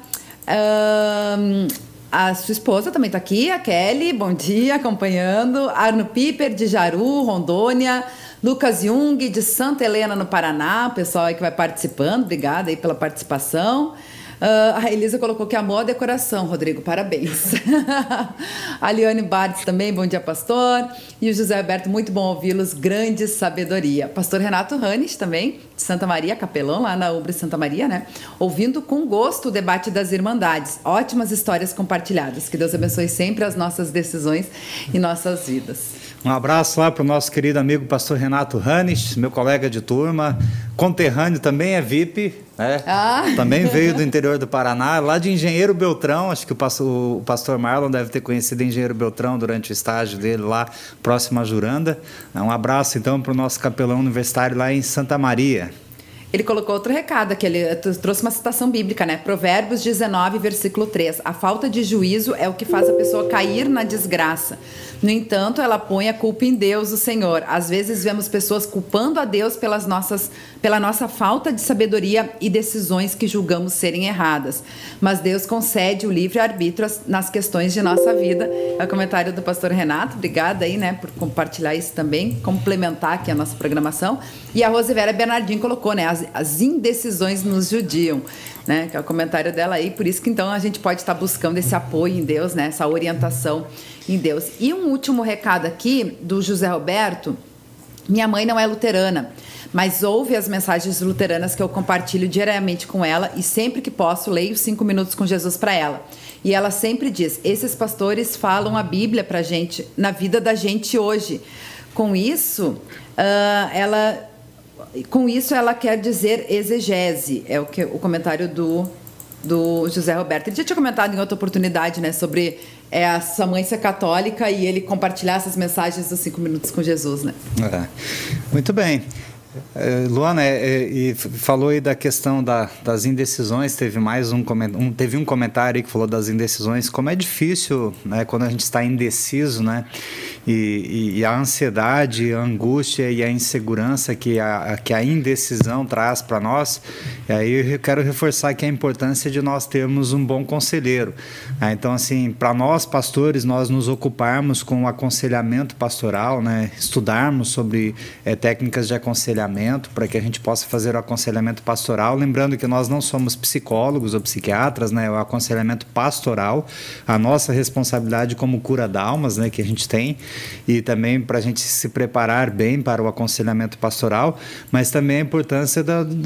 A sua esposa também está aqui, a Kelly, bom dia, acompanhando. Arno Piper, de Jaru, Rondônia. Lucas Jung, de Santa Helena, no Paraná, o pessoal aí que vai participando, obrigada aí pela participação. A Elisa colocou que amou a decoração, Rodrigo, parabéns. A Liane Bartz também, bom dia, pastor. E o José Alberto, muito bom ouvi-los, grande sabedoria. Pastor Renato Hannes também, de Santa Maria, capelão lá na Ubre Santa Maria, né? Ouvindo com gosto o debate das Irmandades. Ótimas histórias compartilhadas. Que Deus abençoe sempre as nossas decisões e nossas vidas. Um abraço lá para o nosso querido amigo pastor Renato Hannes, meu colega de turma, conterrâneo, também é VIP, né? Também veio do interior do Paraná, lá de Engenheiro Beltrão. Acho que o pastor Marlon deve ter conhecido Engenheiro Beltrão durante o estágio dele lá, próximo a Juranda. Um abraço então para o nosso capelão universitário lá em Santa Maria. Ele colocou outro recado aqui, ele trouxe uma citação bíblica, né? Provérbios 19, versículo 3. A falta de juízo é o que faz a pessoa cair na desgraça. No entanto, ela põe a culpa em Deus, o Senhor. Às vezes vemos pessoas culpando a Deus pela nossa falta de sabedoria e decisões que julgamos serem erradas. Mas Deus concede o livre-arbítrio nas questões de nossa vida. É o comentário do pastor Renato. Obrigada aí, né, por compartilhar isso também, complementar aqui a nossa programação. E a Rosivera Bernardinho colocou, né, as indecisões nos judiam, né, que é o comentário dela aí. Por isso que então a gente pode estar buscando esse apoio em Deus, né, essa orientação em Deus. E um último recado aqui do José Roberto. Minha mãe não é luterana, mas ouve as mensagens luteranas que eu compartilho diariamente com ela e sempre que posso leio 5 minutos com Jesus para ela. E ela sempre diz: esses pastores falam a Bíblia para a gente, na vida da gente hoje. Com isso, ela quer dizer exegese, é o comentário do José Roberto. Ele já tinha comentado em outra oportunidade, né, sobre a sua mãe ser católica e ele compartilhar essas mensagens dos 5 minutos com Jesus, né? Muito bem. Luana, e falou aí da questão das indecisões. Teve teve um comentário aí que falou das indecisões, como é difícil, né, quando a gente está indeciso, né, e a ansiedade, a angústia e a insegurança que a indecisão traz para nós. E aí eu quero reforçar aqui a importância de nós termos um bom conselheiro. Então, assim, para nós pastores, nós nos ocuparmos com o aconselhamento pastoral, né, estudarmos sobre técnicas de aconselhamento para que a gente possa fazer o aconselhamento pastoral, lembrando que nós não somos psicólogos ou psiquiatras, né? O aconselhamento pastoral, a nossa responsabilidade como cura d'almas, né, que a gente tem, e também para a gente se preparar bem para o aconselhamento pastoral, mas também a importância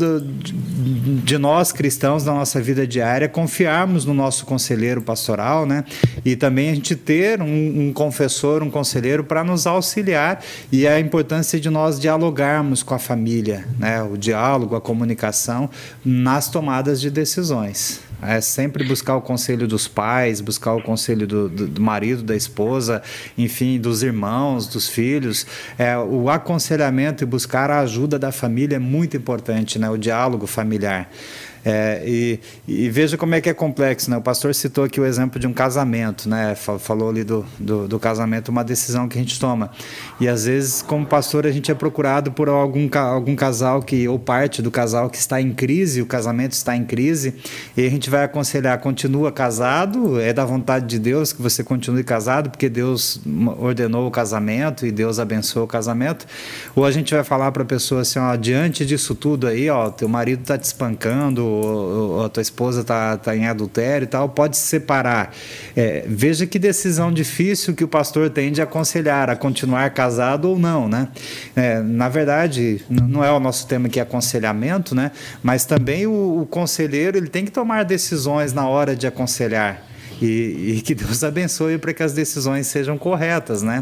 de nós cristãos, na nossa vida diária, confiarmos no nosso conselheiro pastoral, né? E também a gente ter um confessor, um conselheiro para nos auxiliar, e a importância de nós dialogarmos com a família, né? O diálogo, a comunicação nas tomadas de decisões. É sempre buscar o conselho dos pais, buscar o conselho do marido, da esposa, enfim, dos irmãos, dos filhos. O aconselhamento e buscar a ajuda da família é muito importante, né? O diálogo familiar. E veja como é que é complexo, né? O pastor citou aqui o exemplo de um casamento, né? Falou ali do casamento, uma decisão que a gente toma. E às vezes, como pastor, a gente é procurado por algum casal ou parte do casal que está em crise, o casamento está em crise, e a gente vai aconselhar: continua casado, é da vontade de Deus que você continue casado, porque Deus ordenou o casamento e Deus abençoou o casamento. Ou a gente vai falar para a pessoa assim: ó, diante disso tudo aí, ó, teu marido está te espancando, ou a tua esposa está em adultério e tal, pode se separar. Veja que decisão difícil que o pastor tem de aconselhar a continuar casado ou não, né? Na verdade, não é o nosso tema aqui, aconselhamento, né? Mas também o conselheiro, ele tem que tomar decisões na hora de aconselhar. E que Deus abençoe para que as decisões sejam corretas, né?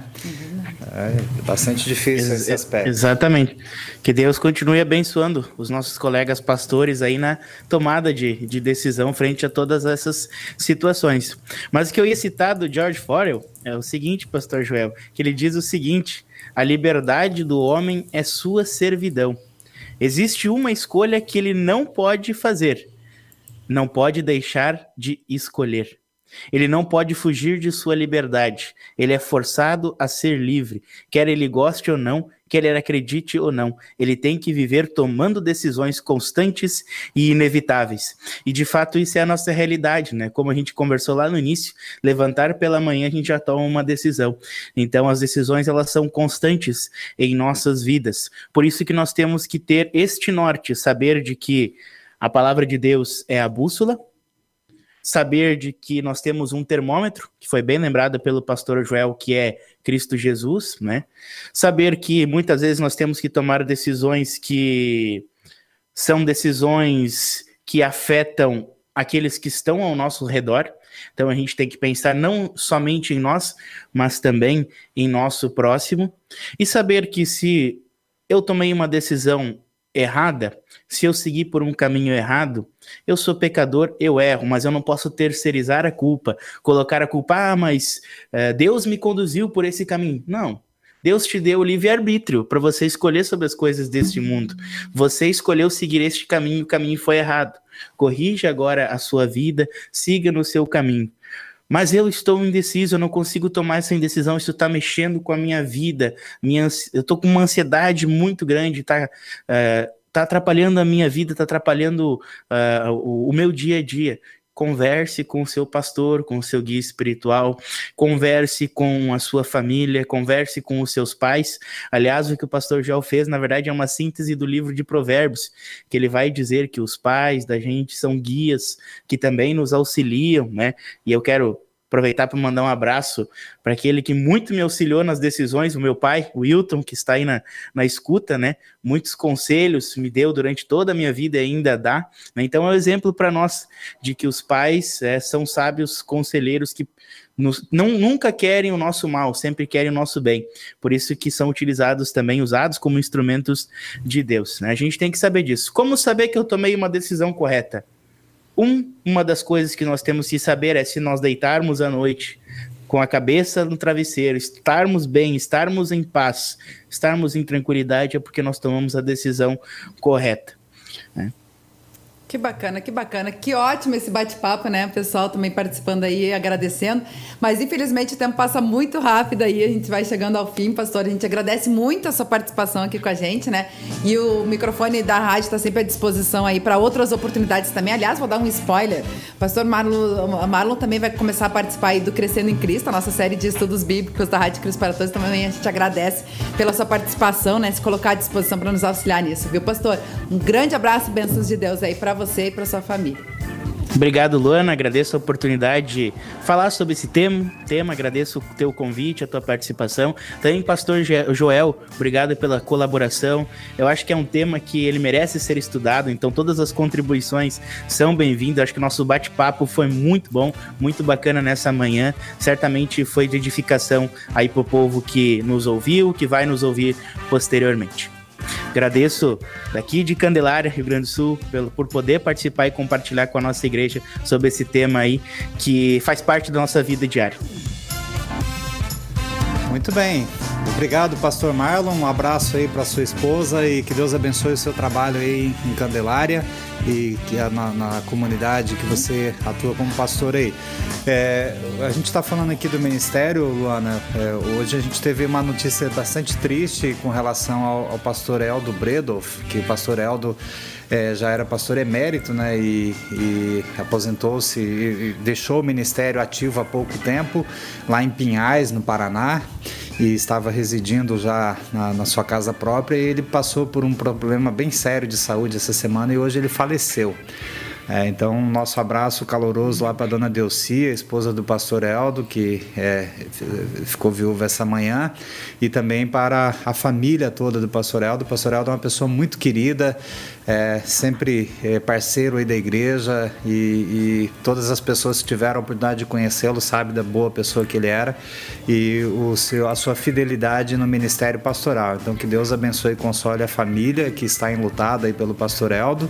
É bastante difícil esse aspecto. Exatamente. Que Deus continue abençoando os nossos colegas pastores aí na tomada de decisão frente a todas essas situações. Mas o que eu ia citar do George Orwell é o seguinte, pastor Joel, que ele diz o seguinte: a liberdade do homem é sua servidão. Existe uma escolha que ele não pode fazer. Não pode deixar de escolher. Ele não pode fugir de sua liberdade. Ele é forçado a ser livre, quer ele goste ou não, quer ele acredite ou não. Ele tem que viver tomando decisões constantes e inevitáveis. E de fato isso é a nossa realidade, né? Como a gente conversou lá no início, levantar pela manhã a gente já toma uma decisão. Então as decisões, elas são constantes em nossas vidas. Por isso que nós temos que ter este norte, saber de que a palavra de Deus é a bússola, saber de que nós temos um termômetro, que foi bem lembrado pelo pastor Joel, que é Cristo Jesus, né? Saber que muitas vezes nós temos que tomar decisões que são decisões que afetam aqueles que estão ao nosso redor. Então a gente tem que pensar não somente em nós, mas também em nosso próximo. E saber que se eu tomei uma decisão errada, se eu seguir por um caminho errado, eu sou pecador, eu erro, mas eu não posso terceirizar a culpa, colocar a culpa, mas Deus me conduziu por esse caminho. Não, Deus te deu o livre-arbítrio para você escolher sobre as coisas deste mundo. Você escolheu seguir este caminho, o caminho foi errado. Corrija agora a sua vida, siga no seu caminho. Mas eu estou indeciso, eu não consigo tomar essa indecisão, isso está mexendo com a minha vida, eu estou com uma ansiedade muito grande, está atrapalhando a minha vida, está atrapalhando o meu dia a dia. Converse com o seu pastor, com o seu guia espiritual, converse com a sua família, converse com os seus pais. Aliás, o que o pastor Joel fez, na verdade, é uma síntese do livro de Provérbios, que ele vai dizer que os pais da gente são guias que também nos auxiliam, né? E eu quero aproveitar para mandar um abraço para aquele que muito me auxiliou nas decisões, o meu pai, o Wilton, que está aí na escuta, né? Muitos conselhos me deu durante toda a minha vida e ainda dá, né? Então é um exemplo para nós de que os pais são sábios conselheiros que nunca querem o nosso mal, sempre querem o nosso bem. Por isso que são usados como instrumentos de Deus, né? A gente tem que saber disso. Como saber que eu tomei uma decisão correta? Uma das coisas que nós temos que saber é se nós deitarmos à noite com a cabeça no travesseiro, estarmos bem, estarmos em paz, estarmos em tranquilidade, é porque nós tomamos a decisão correta, né? Que bacana, que bacana. Que ótimo esse bate-papo, né? O pessoal também participando aí, agradecendo. Mas, infelizmente, o tempo passa muito rápido aí. A gente vai chegando ao fim, pastor. A gente agradece muito a sua participação aqui com a gente, né? E o microfone da rádio está sempre à disposição aí para outras oportunidades também. Aliás, vou dar um spoiler. O pastor Marlon também vai começar a participar aí do Crescendo em Cristo, a nossa série de estudos bíblicos da Rádio Cristo para Todos. Também a gente agradece pela sua participação, né? Se colocar à disposição para nos auxiliar nisso, viu, pastor? Um grande abraço, bênçãos de Deus aí para você e para sua família. Obrigado, Luana. Agradeço a oportunidade de falar sobre esse tema. Agradeço o teu convite, a tua participação. Também, pastor Joel, obrigado pela colaboração. Eu acho que é um tema que ele merece ser estudado, então todas as contribuições são bem-vindas. Acho que o nosso bate-papo foi muito bom, muito bacana nessa manhã. Certamente foi de edificação aí para o povo que nos ouviu, que vai nos ouvir posteriormente. Agradeço daqui de Candelária, Rio Grande do Sul, por poder participar e compartilhar com a nossa igreja sobre esse tema aí que faz parte da nossa vida diária. Muito bem. Obrigado, pastor Marlon. Um abraço aí para sua esposa e que Deus abençoe o seu trabalho aí em Candelária e que na comunidade que você atua como pastor aí. A gente está falando aqui do ministério, Luana. Hoje a gente teve uma notícia bastante triste com relação ao pastor Eldo Bredoff, que o pastor Eldo já era pastor emérito, né, e aposentou-se e deixou o ministério ativo há pouco tempo, lá em Pinhais, no Paraná, e estava residindo já na sua casa própria, e ele passou por um problema bem sério de saúde essa semana e hoje ele faleceu. Então, nosso abraço caloroso lá para a dona Delcia, esposa do pastor Eldo, que ficou viúva essa manhã, e também para a família toda do pastor Eldo. O pastor Eldo é uma pessoa muito querida, sempre parceiro aí da igreja, e todas as pessoas que tiveram a oportunidade de conhecê-lo sabem da boa pessoa que ele era e a sua fidelidade no ministério pastoral. Então, que Deus abençoe e console a família que está enlutada aí pelo pastor Eldo.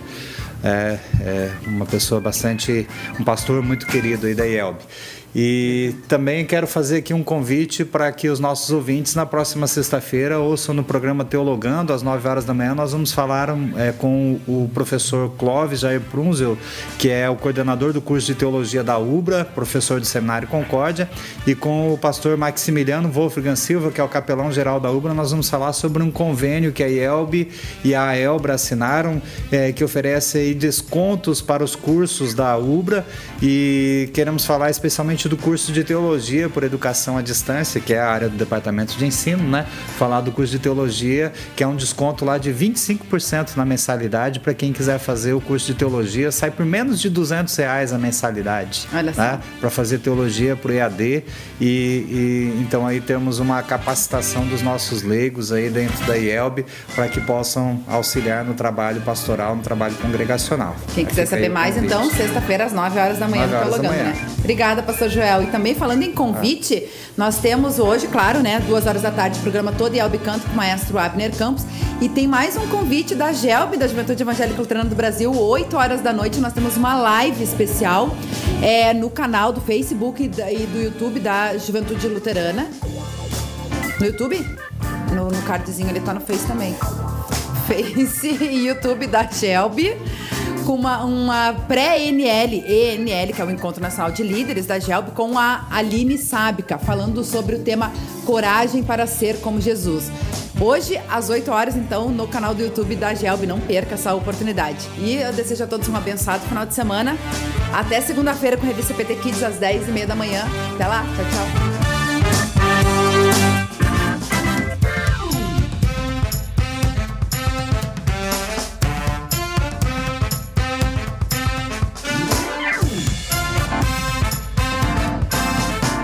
Uma pessoa um pastor muito querido aí da IELB. E também quero fazer aqui um convite para que os nossos ouvintes na próxima sexta-feira ouçam no programa Teologando, às 9 horas da manhã. Nós vamos falar com o professor Clóvis Jair Prunzel, que é o coordenador do curso de Teologia da UBRA, professor do Seminário Concórdia, e com o pastor Maximiliano Wolfgang Silva, que é o capelão-geral da UBRA. Nós vamos falar sobre um convênio que a IELB e a AELBRA assinaram, que oferece aí descontos para os cursos da UBRA, e queremos falar especialmente do curso de Teologia por Educação à Distância, que é a área do Departamento de Ensino, né? Falar do curso de Teologia, que é um desconto lá de 25% na mensalidade para quem quiser fazer o curso de Teologia. Sai por menos de R$200 a mensalidade. Olha só. Né? Para fazer Teologia por EAD. Então aí temos uma capacitação dos nossos leigos aí dentro da IELB para que possam auxiliar no trabalho pastoral, no trabalho congregacional. Quem quiser saber mais, então, sexta-feira às 9 horas da manhã no Teologando, né? Obrigada, pastor Joel. E também falando em convite, nós temos hoje, claro, né, 2 horas da tarde, programa Todo IELB Canto com o maestro Abner Campos, e tem mais um convite da GELB, da Juventude Evangélica Luterana do Brasil, 8 horas da noite, nós temos uma live especial no canal do Facebook e do YouTube da Juventude Luterana. No YouTube? No cardzinho, ele tá no Face também. Face e YouTube da GELB, com uma pré-ENL, que é o Encontro Nacional de Líderes da GELB, com a Aline Sábica, falando sobre o tema Coragem para Ser como Jesus. Hoje, às 8 horas, então, no canal do YouTube da GELB. Não perca essa oportunidade. E eu desejo a todos um abençoado final de semana. Até segunda-feira com a Revista CPT Kids, às 10h30 da manhã. Até lá. Tchau, tchau.